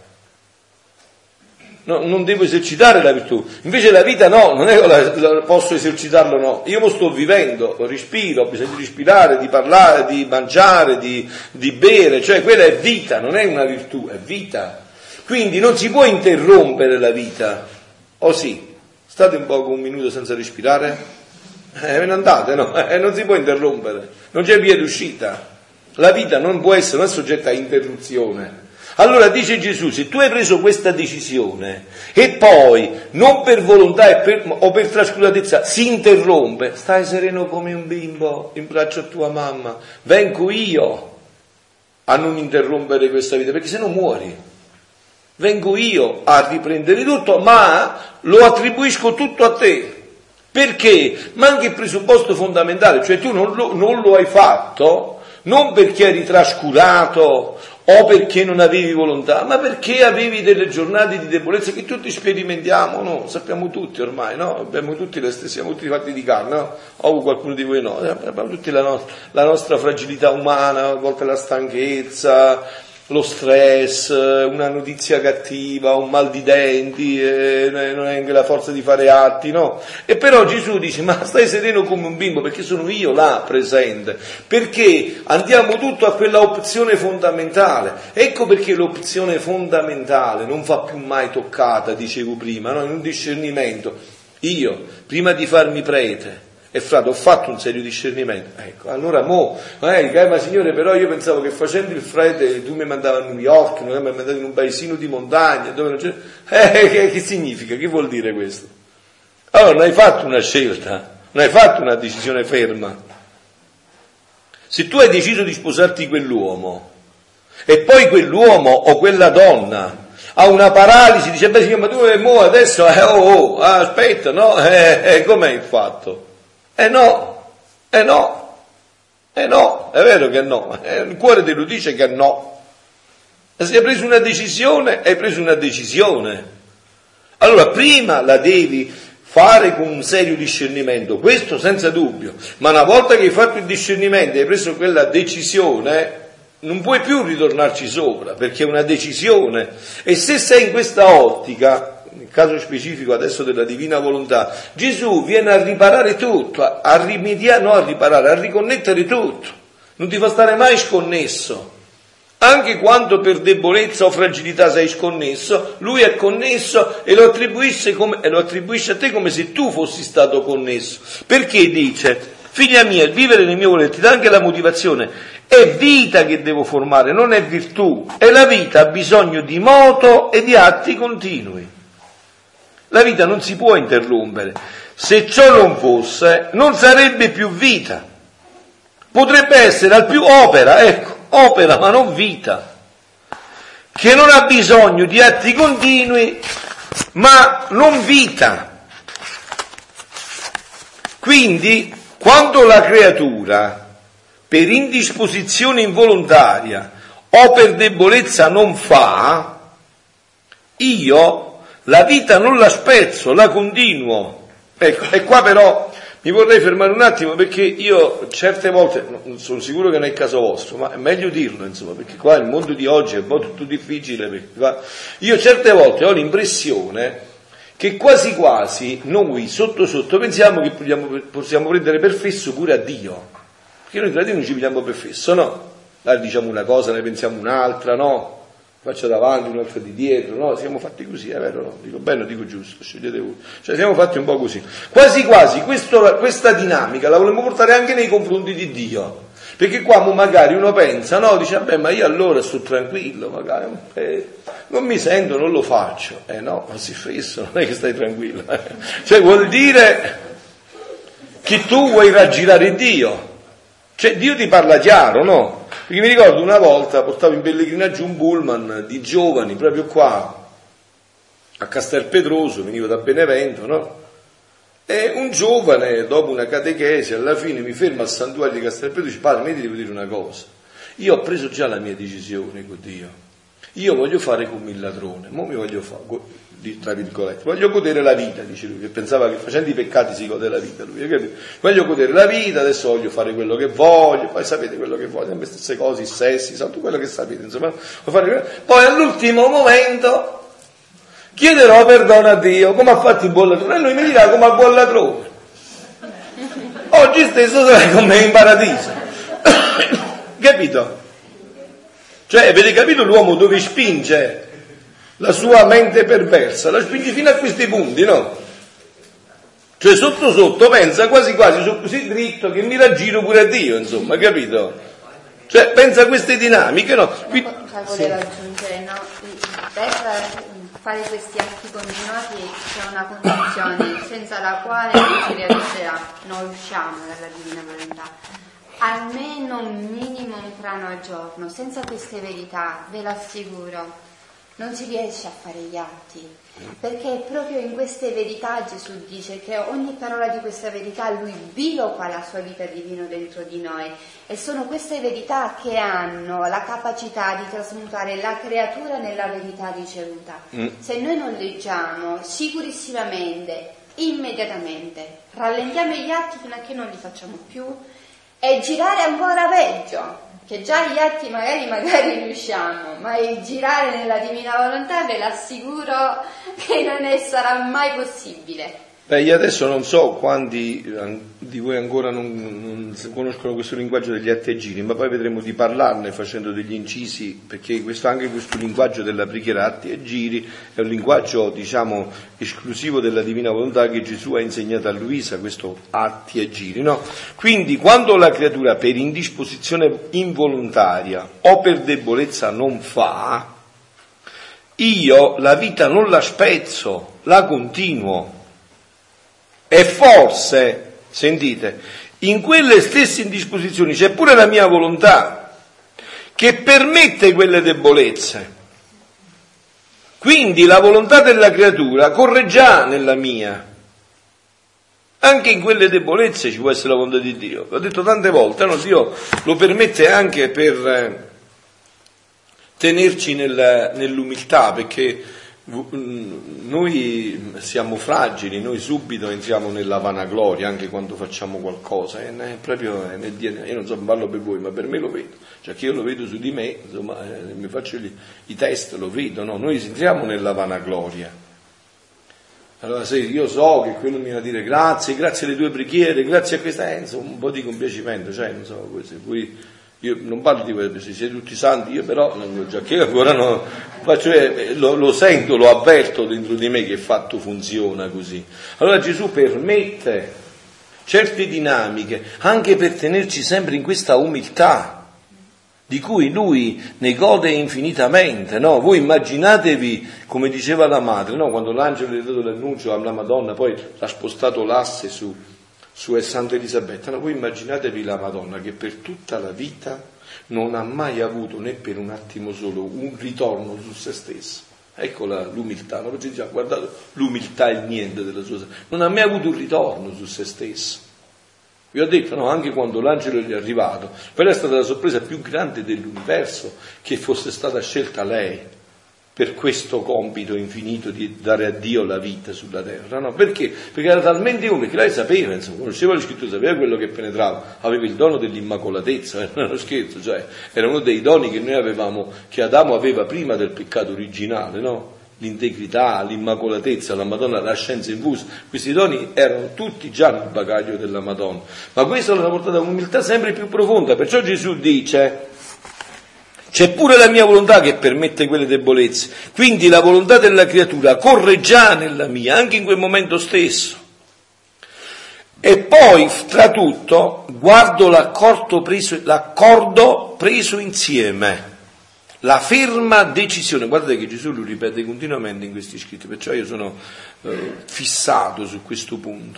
No, non devo esercitare la virtù. Invece la vita no, non è che la, la, posso esercitarlo, no. Io lo sto vivendo, lo respiro, ho bisogno di respirare, di parlare, di mangiare, di, di bere, cioè quella è vita, non è una virtù, è vita. Quindi non si può interrompere la vita. O sì? State un po' con un minuto senza respirare? Eh, ve ne andate, no? Eh, non si può interrompere, non c'è via d'uscita. La vita non può essere, non è soggetta a interruzione. Allora dice Gesù, se tu hai preso questa decisione e poi non per volontà e per, o per trascuratezza si interrompe, stai sereno come un bimbo in braccio a tua mamma, vengo io a non interrompere questa vita, perché se no muori, vengo io a riprendere tutto, ma lo attribuisco tutto a te, perché manca il presupposto fondamentale, cioè tu non lo, non lo hai fatto non perché eri trascurato o perché non avevi volontà, ma perché avevi delle giornate di debolezza che tutti sperimentiamo, no? Sappiamo tutti ormai, no? Abbiamo tutti le stesse, siamo tutti fatti di carne, no? O qualcuno di voi no, abbiamo tutti la, no- la nostra fragilità umana, a volte la stanchezza, lo stress, una notizia cattiva, un mal di denti, eh, non è anche la forza di fare atti, no? E però Gesù dice, ma stai sereno come un bimbo, perché sono io là presente, perché andiamo tutto a quella opzione fondamentale. Ecco perché l'opzione fondamentale non va più mai toccata, dicevo prima, no? In un discernimento. Io, prima di farmi prete, e frate, ho fatto un serio discernimento, ecco, allora mo, eh, ma signore, però io pensavo che facendo il frate tu mi mandavi a New York, non mi mandavi in un paesino di montagna, dove non c'è, eh, che, che significa, che vuol dire questo? Allora non hai fatto una scelta, non hai fatto una decisione ferma. Se tu hai deciso di sposarti quell'uomo, e poi quell'uomo o quella donna ha una paralisi, dice, beh signore, ma tu mo adesso, eh, oh, oh, aspetta, no, eh, eh, com'è il fatto? Eh no, eh no, eh no, è vero che no, eh, il cuore te lo dice che no. E se hai preso una decisione, hai preso una decisione. Allora prima la devi fare con un serio discernimento, questo senza dubbio, ma una volta che hai fatto il discernimento e hai preso quella decisione, non puoi più ritornarci sopra, perché è una decisione. E se sei in questa ottica, nel caso specifico adesso della divina volontà, Gesù viene a riparare tutto, a, a rimediare, no a riparare, a riconnettere tutto, non ti fa stare mai sconnesso, anche quando per debolezza o fragilità sei sconnesso, lui è connesso e lo attribuisce, come, e lo attribuisce a te come se tu fossi stato connesso, perché dice, figlia mia, il vivere nel mio volere, ti dà anche la motivazione, è vita che devo formare, non è virtù, e la vita ha bisogno di moto e di atti continui. La vita non si può interrompere. Se ciò non fosse, non sarebbe più vita. Potrebbe essere al più opera, ecco, opera ma non vita, che non ha bisogno di atti continui, ma non vita. Quindi, quando la creatura, per indisposizione involontaria o per debolezza non fa, io la vita non la spezzo, la continuo. Ecco, e qua però mi vorrei fermare un attimo, perché io certe volte, non sono sicuro che non è il caso vostro, ma è meglio dirlo, insomma, perché qua il mondo di oggi è un po' tutto difficile. Perché qua, io certe volte ho l'impressione che quasi quasi noi sotto sotto pensiamo che possiamo, possiamo prendere per fesso pure a Dio, perché noi tra Dio non ci prendiamo per fesso, no? Allora diciamo una cosa, ne pensiamo un'altra, no? faccia davanti, un'altra di dietro, no? Siamo fatti così, è vero, no? Dico bene o dico giusto, scegliete voi. Cioè siamo fatti un po' così. Quasi quasi questo, questa dinamica la vogliamo portare anche nei confronti di Dio. Perché qua magari uno pensa, no? Dice, vabbè, ma io allora sto tranquillo, magari eh, non mi sento, non lo faccio. Eh no, ma si fesso, non è che stai tranquillo. Eh. Cioè vuol dire che tu vuoi raggirare Dio. Cioè Dio ti parla chiaro, no? Perché mi ricordo una volta portavo in pellegrinaggio un pullman di giovani proprio qua a Castelpetroso, venivo da Benevento, no? E un giovane dopo una catechesi alla fine mi ferma al santuario di Castelpetroso e dice, padre, mi devo dire una cosa, io ho preso già la mia decisione con Dio, io voglio fare come il ladrone, mo mi voglio fare, tra virgolette, voglio godere la vita, dice lui, che pensava che facendo i peccati si gode la vita, lui, capito? Voglio godere la vita, adesso voglio fare quello che voglio, poi sapete quello che voglio, sempre le stesse cose, i sessi, tutto quello che sapete, insomma, fare... poi all'ultimo momento chiederò perdono a Dio, come ha fatto il buon ladrone, e lui mi dirà come al buon ladrone. Oggi stesso sarai con me in paradiso. Capito? Cioè, avete capito l'uomo dove spinge la sua mente perversa? La spinge fino a questi punti, no? Cioè, sotto sotto pensa quasi quasi, sono così dritto che mi raggiro pure a Dio, insomma, capito? Cioè, pensa a queste dinamiche, no? Qui... Volevo sì. aggiungere, no? Per fare questi atti continuati c'è una condizione senza la quale non si realizzerà, non usciamo dalla divina volontà. Almeno un minimo un brano al giorno, senza queste verità, ve lo assicuro, non si riesce a fare gli atti, perché proprio in queste verità Gesù dice che ogni parola di questa verità lui biloqua la sua vita divina dentro di noi, e sono queste verità che hanno la capacità di trasmutare la creatura nella verità ricevuta. Mm. Se noi non leggiamo, sicurissimamente, immediatamente, rallentiamo gli atti fino a che non li facciamo più, e girare ancora peggio, che già gli atti magari magari riusciamo, ma il girare nella divina volontà ve l'assicuro che non è, sarà mai possibile. Beh, io adesso non so quanti di voi ancora non, non conoscono questo linguaggio degli atti e giri, ma poi vedremo di parlarne facendo degli incisi, perché questo, anche questo linguaggio della preghiera atti e giri è un linguaggio, diciamo, esclusivo della divina volontà che Gesù ha insegnato a Luisa, questo atti e giri, no? Quindi quando la creatura per indisposizione involontaria o per debolezza non fa, io la vita non la spezzo, la continuo. E forse, sentite, in quelle stesse indisposizioni c'è pure la mia volontà che permette quelle debolezze. Quindi la volontà della creatura corre già nella mia. Anche in quelle debolezze ci può essere la volontà di Dio. L'ho detto tante volte, no? Dio lo permette anche per eh, tenerci nel, nell'umiltà, perché noi siamo fragili, noi subito entriamo nella vanagloria anche quando facciamo qualcosa, è proprio nel D N A. Io non so, parlo per voi, ma per me lo vedo, cioè che io lo vedo su di me, insomma, eh, mi faccio gli, i test, lo vedo, no? Noi entriamo nella vanagloria. Allora se io so che quello mi va a dire grazie, grazie alle tue preghiere, grazie a questa, eh, insomma, un po' di compiacimento, cioè non so, se voi, io non parlo di voi, se siete tutti santi, io però, già che ancora no, faccio, eh, lo, lo sento, lo avverto dentro di me che il fatto funziona così. Allora Gesù permette certe dinamiche anche per tenerci sempre in questa umiltà di cui lui ne gode infinitamente, no? Voi immaginatevi, come diceva la madre, no? Quando l'angelo gli ha dato l'annuncio alla Madonna, poi l'ha spostato l'asse su su Santa Elisabetta, no? Voi immaginatevi la Madonna che per tutta la vita non ha mai avuto né per un attimo solo un ritorno su se stessa. Ecco la, l'umiltà, no? Perché già, guardate, l'umiltà è il niente della sua, non ha mai avuto un ritorno su se stessa. Vi ho detto, no? Anche quando l'angelo gli è arrivato, quella è stata la sorpresa più grande dell'universo, che fosse stata scelta lei per questo compito infinito di dare a Dio la vita sulla terra, no? Perché? Perché era talmente umile che lei sapeva, insomma, conosceva le scritture, sapeva quello che penetrava, aveva il dono dell'immacolatezza, non è uno scherzo, cioè era uno dei doni che noi avevamo, che Adamo aveva prima del peccato originale, no? L'integrità, l'immacolatezza, la Madonna, la scienza infusa, questi doni erano tutti già nel bagaglio della Madonna, ma questo l'ha portato a un'umiltà sempre più profonda, perciò Gesù dice C'è pure la mia volontà che permette quelle debolezze. Quindi la volontà della creatura corre già nella mia, anche in quel momento stesso. E poi, tra tutto, guardo l'accordo preso, l'accordo preso insieme, la ferma decisione. Guardate che Gesù lo ripete continuamente in questi scritti, perciò io sono eh, fissato su questo punto.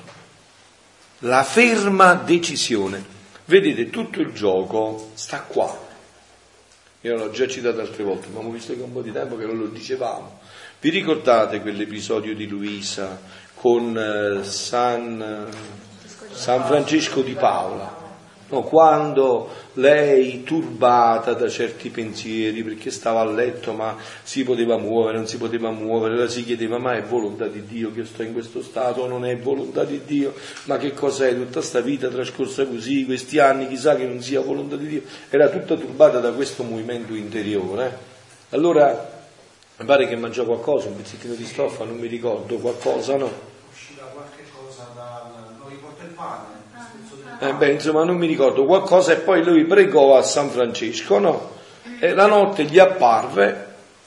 La ferma decisione. Vedete, tutto il gioco sta qua. Io l'ho già citato altre volte, ma abbiamo visto che è un po' di tempo che non lo dicevamo. Vi ricordate quell'episodio di Luisa con eh, San, San Francesco di Paola? No, quando lei, turbata da certi pensieri, perché stava a letto ma si poteva muovere, non si poteva muovere, la si chiedeva: ma è volontà di Dio che io sto in questo stato o non è volontà di Dio? Ma che cos'è tutta sta vita trascorsa così, questi anni, chissà che non sia volontà di Dio? Era tutta turbata da questo movimento interiore. Allora mi pare che mangiò qualcosa, un pezzettino di stoffa, non mi ricordo, qualcosa, no? Uscirà qualche cosa dal... non riporta il pane. Eh beh, insomma, non mi ricordo qualcosa, e poi lui pregò a San Francesco, no? E la notte gli apparve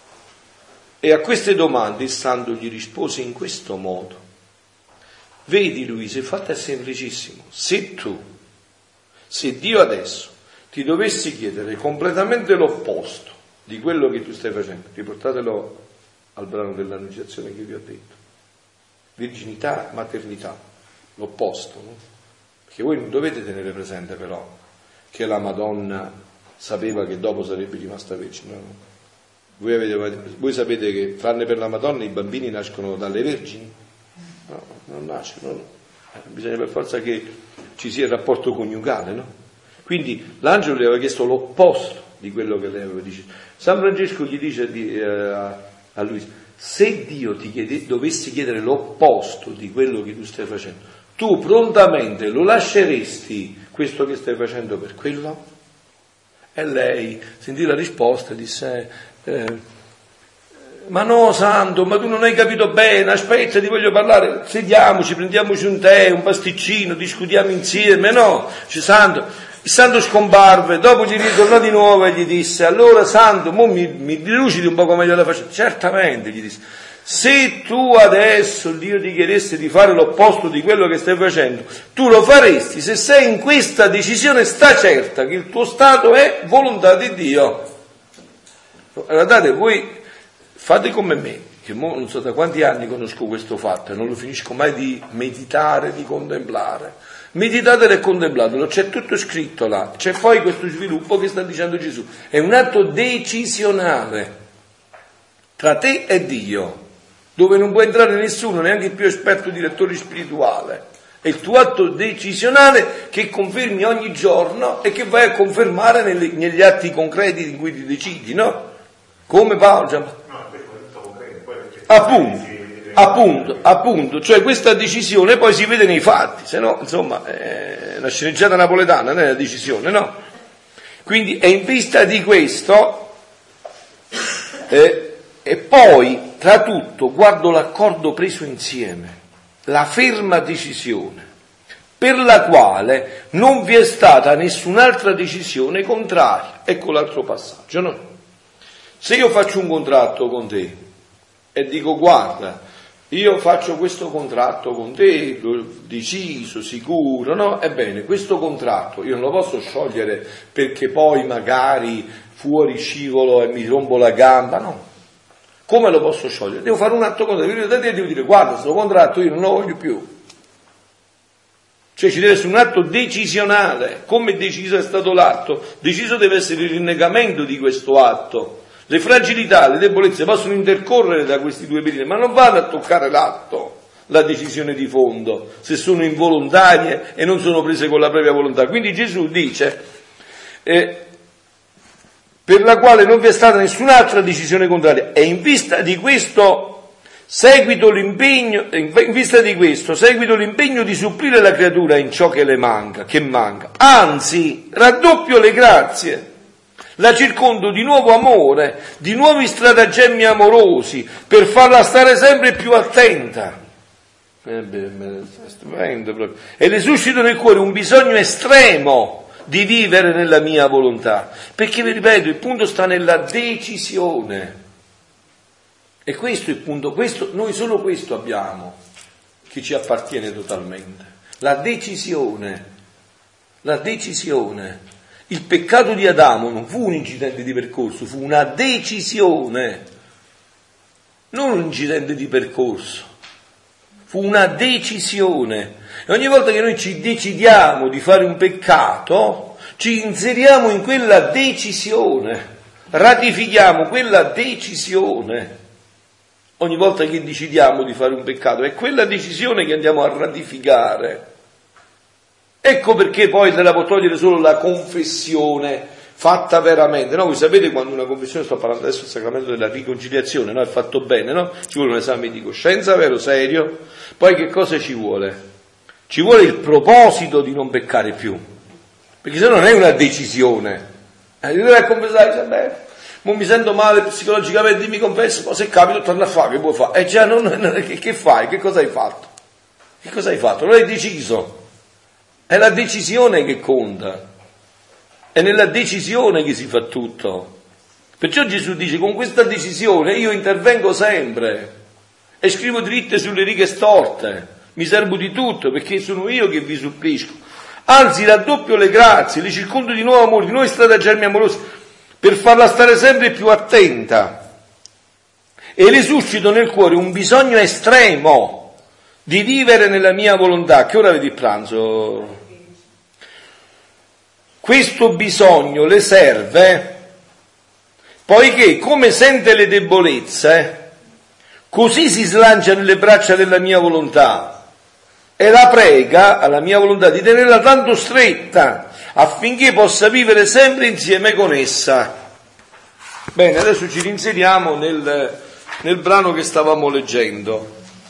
e a queste domande il santo gli rispose in questo modo: vedi Luisa, il fatto è semplicissimo, se tu, se Dio adesso ti dovessi chiedere completamente l'opposto di quello che tu stai facendo, riportatelo al brano dell'annunciazione che vi ho detto, virginità, maternità, l'opposto, no? Perché voi non dovete tenere presente però che la Madonna sapeva che dopo sarebbe rimasta vergine. No? Voi, avete, voi sapete che, tranne per la Madonna, i bambini nascono dalle vergini? No, non nascono. No. Eh, bisogna per forza che ci sia il rapporto coniugale, no? Quindi l'angelo le aveva chiesto l'opposto di quello che lei aveva detto. San Francesco gli dice di, eh, a, a lui: se Dio ti chiede, dovessi chiedere l'opposto di quello che tu stai facendo, tu prontamente lo lasceresti questo che stai facendo per quello? E lei sentì la risposta e disse: eh, ma no, santo, ma tu non hai capito bene, aspetta, ti voglio parlare, sediamoci, prendiamoci un tè, un pasticcino, discutiamo insieme. No, dice: santo. Il santo scomparve, dopo gli ritornò di nuovo e gli disse: allora santo, mo mi, mi dilucidi un po' come gliela faccio? Certamente, gli disse: se tu adesso Dio ti chiedesse di fare l'opposto di quello che stai facendo, tu lo faresti se sei in questa decisione, sta certa che il tuo stato è volontà di Dio. Guardate, voi fate come me, che mo non so da quanti anni conosco questo fatto e non lo finisco mai di meditare, di contemplare. Meditatelo e contemplatelo, c'è tutto scritto là, c'è poi questo sviluppo che sta dicendo Gesù, è un atto decisionale tra te e Dio, dove non può entrare nessuno, neanche il più esperto direttore spirituale. È il tuo atto decisionale che confermi ogni giorno e che vai a confermare negli, negli atti concreti in cui ti decidi, no? Come Paolo? Cioè, no, è tutto concreto, poi appunto, appunto, appunto, cioè questa decisione poi si vede nei fatti, se no, insomma, è una sceneggiata napoletana, non è la decisione, no? Quindi è in vista di questo, eh, e poi, tra tutto, guardo l'accordo preso insieme, la ferma decisione, per la quale non vi è stata nessun'altra decisione contraria. Ecco l'altro passaggio, no? Se io faccio un contratto con te e dico: guarda, io faccio questo contratto con te, l'ho deciso, sicuro, no? Ebbene, questo contratto io non lo posso sciogliere perché poi magari fuori scivolo e mi rompo la gamba, no? Come lo posso sciogliere? Devo fare un atto contrario, da te devo dire: guarda, questo contratto io non lo voglio più. Cioè ci deve essere un atto decisionale. Come deciso è stato l'atto? Deciso deve essere il rinnegamento di questo atto. Le fragilità, le debolezze possono intercorrere da questi due periodi, ma non vanno a toccare l'atto, la decisione di fondo, se sono involontarie e non sono prese con la propria volontà. Quindi Gesù dice: eh, per la quale non vi è stata nessun'altra decisione contraria, e in vista di questo seguito l'impegno, in vista di questo seguito l'impegno di supplire la creatura in ciò che le manca, che manca, anzi raddoppio le grazie, la circondo di nuovo amore, di nuovi stratagemmi amorosi, per farla stare sempre più attenta. Eh beh, è stupendo proprio. E le suscito nel cuore un bisogno estremo di vivere nella mia volontà. Perché vi ripeto, il punto sta nella decisione. E questo è il punto, questo, noi solo questo abbiamo, che ci appartiene totalmente. La decisione, la decisione. Il peccato di Adamo non fu un incidente di percorso, fu una decisione, non un incidente di percorso, fu una decisione. E ogni volta che noi ci decidiamo di fare un peccato, ci inseriamo in quella decisione, ratifichiamo quella decisione. Ogni volta che decidiamo di fare un peccato, è quella decisione che andiamo a ratificare. Ecco perché poi te la può togliere solo la confessione fatta veramente, no? Voi sapete quando una confessione, sto parlando adesso del sacramento della riconciliazione, no? È fatto bene, no? Ci vuole un esame di coscienza vero, serio. Poi che cosa ci vuole? Ci vuole il proposito di non peccare più, perché se no non è una decisione. Eh, io devo confessare, dice, beh, mo mi sento male psicologicamente, mi confesso, poi se capita torna a fare, che puoi fare? Eh già, non, non, che, che fai? Che cosa hai fatto? Che cosa hai fatto? Non hai deciso. È la decisione che conta, è nella decisione che si fa tutto. Perciò Gesù dice, con questa decisione io intervengo sempre e scrivo dritte sulle righe storte, mi servo di tutto perché sono io che vi supplisco. Anzi, raddoppio le grazie, le circondo di nuovo amore, di nuovi stratagemmi amorosi, per farla stare sempre più attenta. E le suscito nel cuore un bisogno estremo di vivere nella mia volontà. Che ora avete il pranzo? Questo bisogno le serve, poiché come sente le debolezze, così si slancia nelle braccia della mia volontà e la prega alla mia volontà di tenerla tanto stretta affinché possa vivere sempre insieme con essa. Bene, adesso ci rinseriamo nel, nel brano che stavamo leggendo.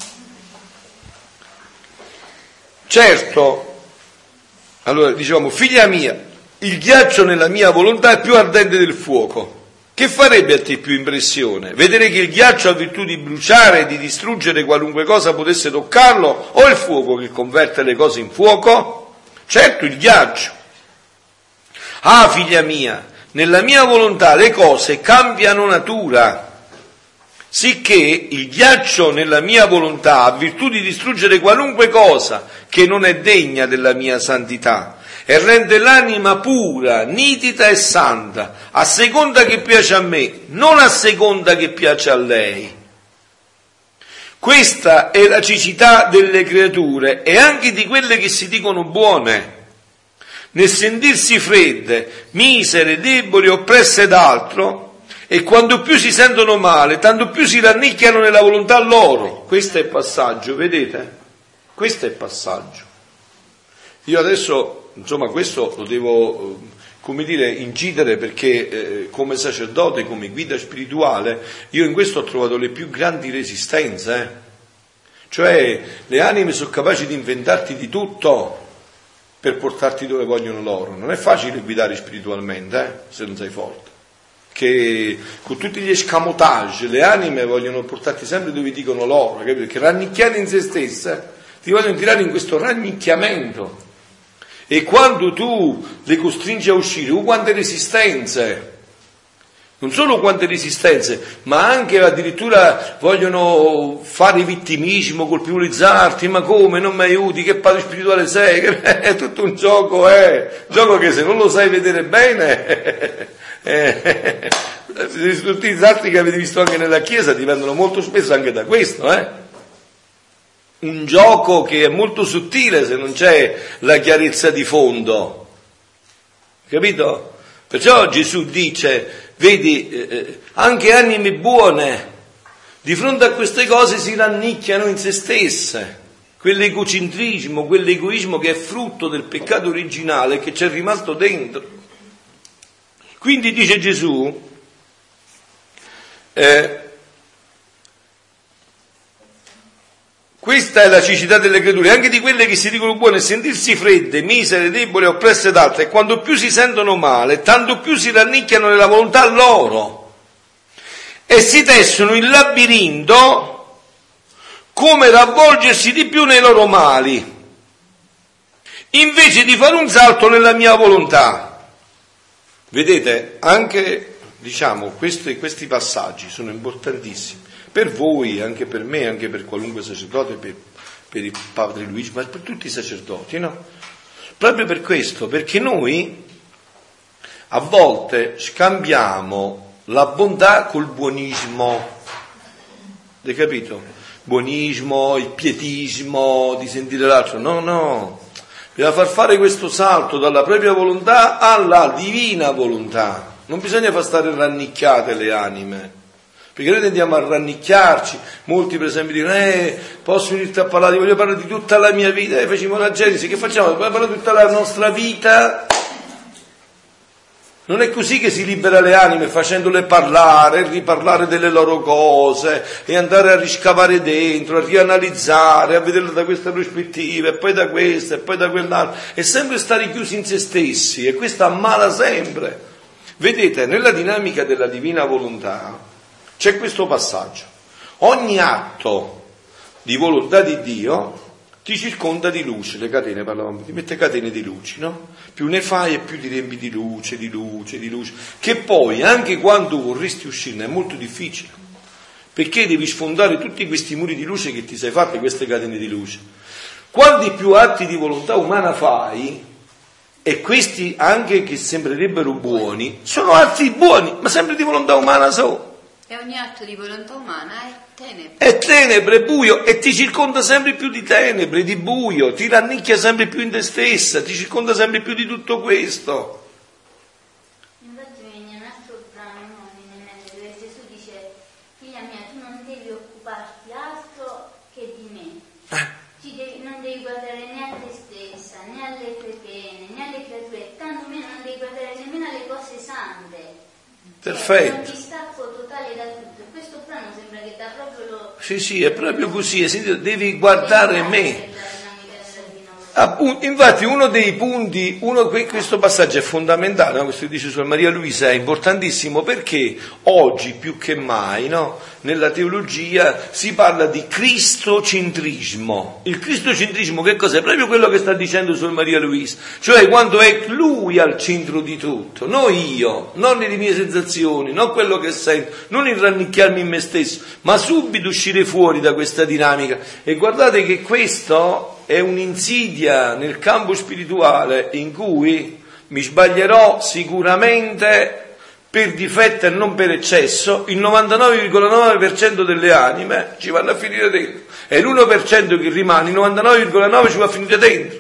Certo, allora dicevamo, figlia mia, il ghiaccio nella mia volontà è più ardente del fuoco. Che farebbe a te più impressione? Vedere che il ghiaccio ha virtù di bruciare e di distruggere qualunque cosa potesse toccarlo, o il fuoco che converte le cose in fuoco? Certo, il ghiaccio. Ah, figlia mia, nella mia volontà le cose cambiano natura, sicché il ghiaccio nella mia volontà ha virtù di distruggere qualunque cosa che non è degna della mia santità e rende l'anima pura, nitida e santa, a seconda che piace a me, non a seconda che piace a lei. Questa è la cecità delle creature e anche di quelle che si dicono buone, nel sentirsi fredde, misere, deboli, oppresse d'altro. E quando più si sentono male, tanto più si rannicchiano nella volontà loro. Questo è il passaggio, vedete? Questo è il passaggio. Io adesso, insomma, questo lo devo, come dire, incidere perché eh, come sacerdote, come guida spirituale, io in questo ho trovato le più grandi resistenze. Eh? Cioè, le anime sono capaci di inventarti di tutto per portarti dove vogliono loro. Non è facile guidare spiritualmente, eh, se non sei forte. Che con tutti gli escamotage le anime vogliono portarti sempre dove dicono loro, capito? Che rannicchiate in se stesse ti vogliono tirare in questo rannicchiamento, e quando tu le costringi a uscire, uh, quante resistenze, non solo quante resistenze, ma anche addirittura vogliono fare vittimismo, colpevolizzarti, ma come, non mi aiuti, che padre spirituale sei, è tutto un gioco, eh, gioco che se non lo sai vedere bene Eh, tutti i disastri che avete visto anche nella Chiesa dipendono molto spesso anche da questo, eh? Un gioco che è molto sottile se non c'è la chiarezza di fondo, capito? Perciò Gesù dice, vedi, eh, anche anime buone di fronte a queste cose si rannicchiano in se stesse, quell'egocentrismo, quell'egoismo che è frutto del peccato originale che c'è rimasto dentro. Quindi dice Gesù, eh, questa è la cecità delle creature, anche di quelle che si dicono buone, sentirsi fredde, misere, deboli, oppresse d'altre, e quando più si sentono male, tanto più si rannicchiano nella volontà loro e si tessono il labirinto come ravvolgersi di più nei loro mali. invece di fare un salto nella mia volontà. Vedete, anche, diciamo, questi, questi passaggi sono importantissimi per voi, anche per me, anche per qualunque sacerdote, per, per il padre Luigi, ma per tutti i sacerdoti, no? Proprio per questo, perché noi a volte scambiamo la bontà col buonismo, hai capito? Buonismo, il pietismo, di sentire l'altro. No, no, bisogna far fare questo salto dalla propria volontà alla divina volontà. Non bisogna far stare rannicchiate le anime, perché noi tendiamo a rannicchiarci. Molti per esempio dicono, eh, posso venirti a parlare, voglio parlare di tutta la mia vita, eh, facciamo la genesi, che facciamo? Vogliamo parlare di tutta la nostra vita? Non è così che si libera le anime, facendole parlare, riparlare delle loro cose e andare a riscavare dentro, a rianalizzare, a vederle da questa prospettiva e poi da questa e poi da quell'altra, e sempre stare chiusi in se stessi, e questo ammala sempre. Vedete, nella dinamica della divina volontà c'è questo passaggio: ogni atto di volontà di Dio ti circonda di luce, le catene, parlavamo, ti mette catene di luci, no? Più ne fai e più ti riempi di luce, di luce, di luce, che poi anche quando vorresti uscirne è molto difficile, perché devi sfondare tutti questi muri di luce che ti sei fatte, queste catene di luce. Quanti più atti di volontà umana fai, e questi anche che sembrerebbero buoni, sono atti buoni, ma sempre di volontà umana sono. E ogni atto di volontà umana è tenebre. È tenebre, buio, e ti circonda sempre più di tenebre, di buio, ti rannicchia sempre più in te stessa, ti circonda sempre più di tutto questo. Infatti mi viene un altro brano in mente dove Gesù dice: figlia mia, tu non devi occuparti altro che di me. Eh. Ti devi, non devi guardare né a te stessa, né alle tue pene, né alle creature, tanto meno non devi guardare nemmeno alle cose sante. Perfetto. È un distacco totale da tutto. E questo brano sembra che dà proprio lo... Sì, sì, è proprio così, è sentito, devi guardare me. Appunto, infatti uno dei punti, uno, questo passaggio è fondamentale, no? Questo che dice Suor Maria Luisa è importantissimo, perché oggi più che mai, no? Nella teologia si parla di cristocentrismo. Il cristocentrismo che cos'è? Proprio quello che sta dicendo Suor Maria Luisa, cioè quando è Lui al centro di tutto, non io, non le mie sensazioni, non quello che sento, non il rannicchiarmi in me stesso, ma subito uscire fuori da questa dinamica. E guardate che questo è un'insidia nel campo spirituale in cui mi sbaglierò sicuramente per difetto e non per eccesso. Il novantanove virgola nove per cento delle anime ci vanno a finire dentro, e l'uno per cento che rimane, il novantanove virgola nove ci va a finire dentro.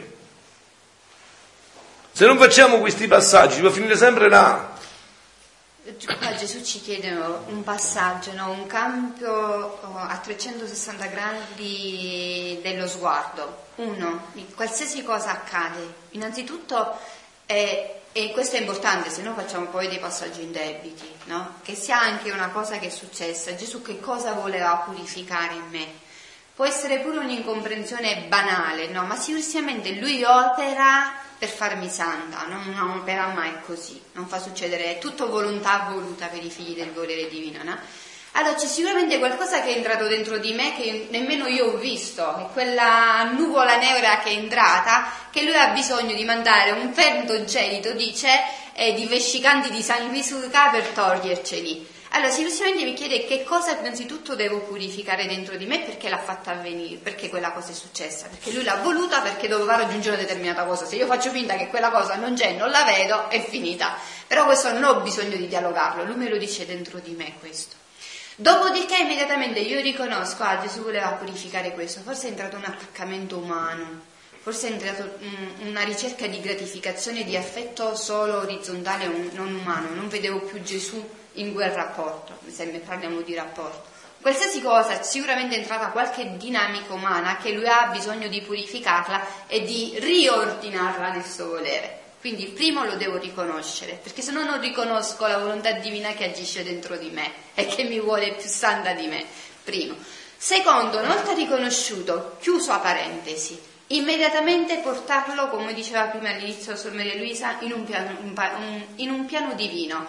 Se non facciamo questi passaggi ci va a finire sempre là. Qua Gesù ci chiede un passaggio, no? Un cambio a trecentosessanta gradi dello sguardo. Uno, qualsiasi cosa accade, innanzitutto, eh, e questo è importante, se no facciamo poi dei passaggi indebiti, no? Che sia anche una cosa che è successa. Gesù che cosa voleva purificare in me? Può essere pure un'incomprensione banale, no? Ma sicuramente Lui opera per farmi santa, non, non opera mai così, non fa succedere, è tutto volontà voluta per i figli del volere divino, no? Allora c'è sicuramente qualcosa che è entrato dentro di me che nemmeno io ho visto, è quella nuvola neura che è entrata, che Lui ha bisogno di mandare un vento gelido, dice, eh, di vescicanti di sanguisuga per toglierceli. Allora sicuramente mi chiede che cosa innanzitutto devo purificare dentro di me, perché l'ha fatta avvenire, perché quella cosa è successa, perché Lui l'ha voluta, perché doveva raggiungere una determinata cosa. Se io faccio finta che quella cosa non c'è, non la vedo, è finita. Però questo non ho bisogno di dialogarlo, Lui me lo dice dentro di me questo. Dopodiché immediatamente io riconosco, ah, Gesù voleva purificare questo, forse è entrato un attaccamento umano, forse è entrato um, una ricerca di gratificazione, di affetto solo orizzontale, un, non umano, non vedevo più Gesù in quel rapporto, se parliamo di rapporto. Qualsiasi cosa, sicuramente è entrata qualche dinamica umana che Lui ha bisogno di purificarla e di riordinarla nel suo volere. Quindi primo lo devo riconoscere, perché se no non riconosco la volontà divina che agisce dentro di me e che mi vuole più santa di me, primo. Secondo, una volta riconosciuto, chiuso a parentesi, immediatamente portarlo, come diceva prima all'inizio Suor Maria Luisa, in un piano, in un piano divino.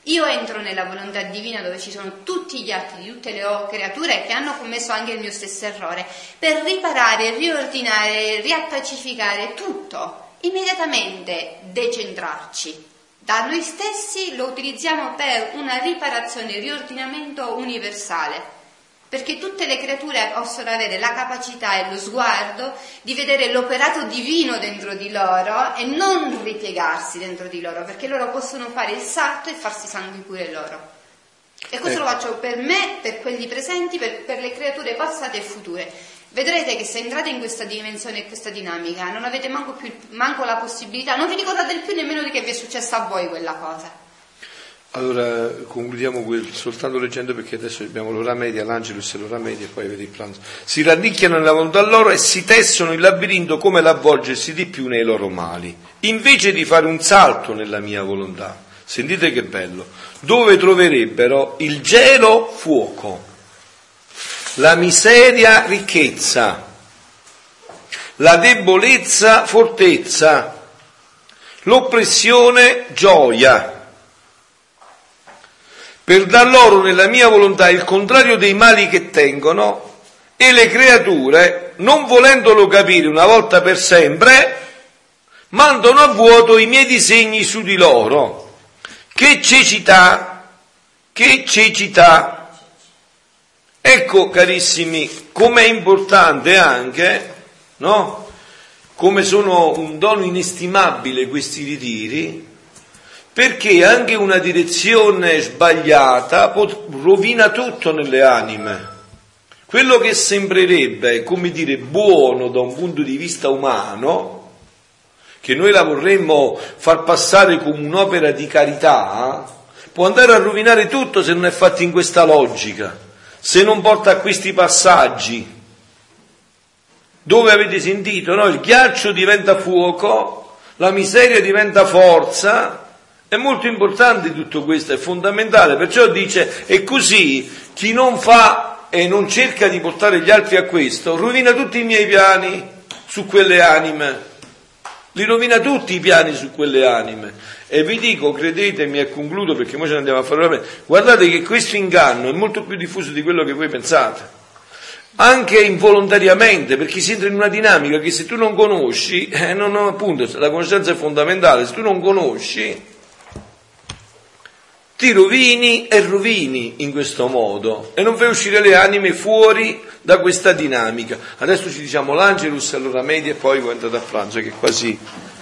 Io entro nella volontà divina dove ci sono tutti gli atti di tutte le creature che hanno commesso anche il mio stesso errore, per riparare, riordinare, riappacificare tutto, immediatamente decentrarci. Da noi stessi lo utilizziamo per una riparazione, riordinamento universale, perché tutte le creature possono avere la capacità e lo sguardo di vedere l'operato divino dentro di loro e non ripiegarsi dentro di loro, perché loro possono fare il salto e farsi sangue pure loro. E questo ecco. Lo faccio per me, per quelli presenti, per, per le creature passate e future. Vedrete che se entrate in questa dimensione e questa dinamica non avete manco, più, manco la possibilità, non vi ricordate più nemmeno di che vi è successa a voi quella cosa. Allora concludiamo quel, soltanto leggendo, perché adesso abbiamo l'ora media, l'Angelus e l'ora media e poi avete il pranzo. Si rannicchiano nella volontà loro e si tessono il labirinto come l'avvolgersi di più nei loro mali, invece di fare un salto nella mia volontà. Sentite che bello, dove troverebbero il gelo fuoco, la miseria ricchezza, la debolezza fortezza, l'oppressione gioia, per dar loro nella mia volontà il contrario dei mali che tengono, e le creature, non volendolo capire una volta per sempre, mandano a vuoto i miei disegni su di loro. Che cecità, che cecità. Ecco, carissimi, com'è importante anche, no? Come sono un dono inestimabile questi ritiri, perché anche una direzione sbagliata rovina tutto nelle anime. Quello che sembrerebbe, come dire, buono da un punto di vista umano, che noi la vorremmo far passare come un'opera di carità, può andare a rovinare tutto se non è fatto in questa logica, se non porta a questi passaggi, dove avete sentito, no? Il ghiaccio diventa fuoco, la miseria diventa forza. È molto importante tutto questo, è fondamentale, perciò dice, e così chi non fa e non cerca di portare gli altri a questo, rovina tutti i miei piani su quelle anime, li rovina tutti i piani su quelle anime. E vi dico, credetemi, e concludo perché ora ce ne andiamo a fare una, guardate che questo inganno è molto più diffuso di quello che voi pensate, anche involontariamente, perché si entra in una dinamica che se tu non conosci, eh, non, non, appunto, la conoscenza è fondamentale, se tu non conosci ti rovini e rovini in questo modo e non fai uscire le anime fuori da questa dinamica. Adesso ci diciamo l'Angelus, allora media e poi voi entrate a pranzo, che quasi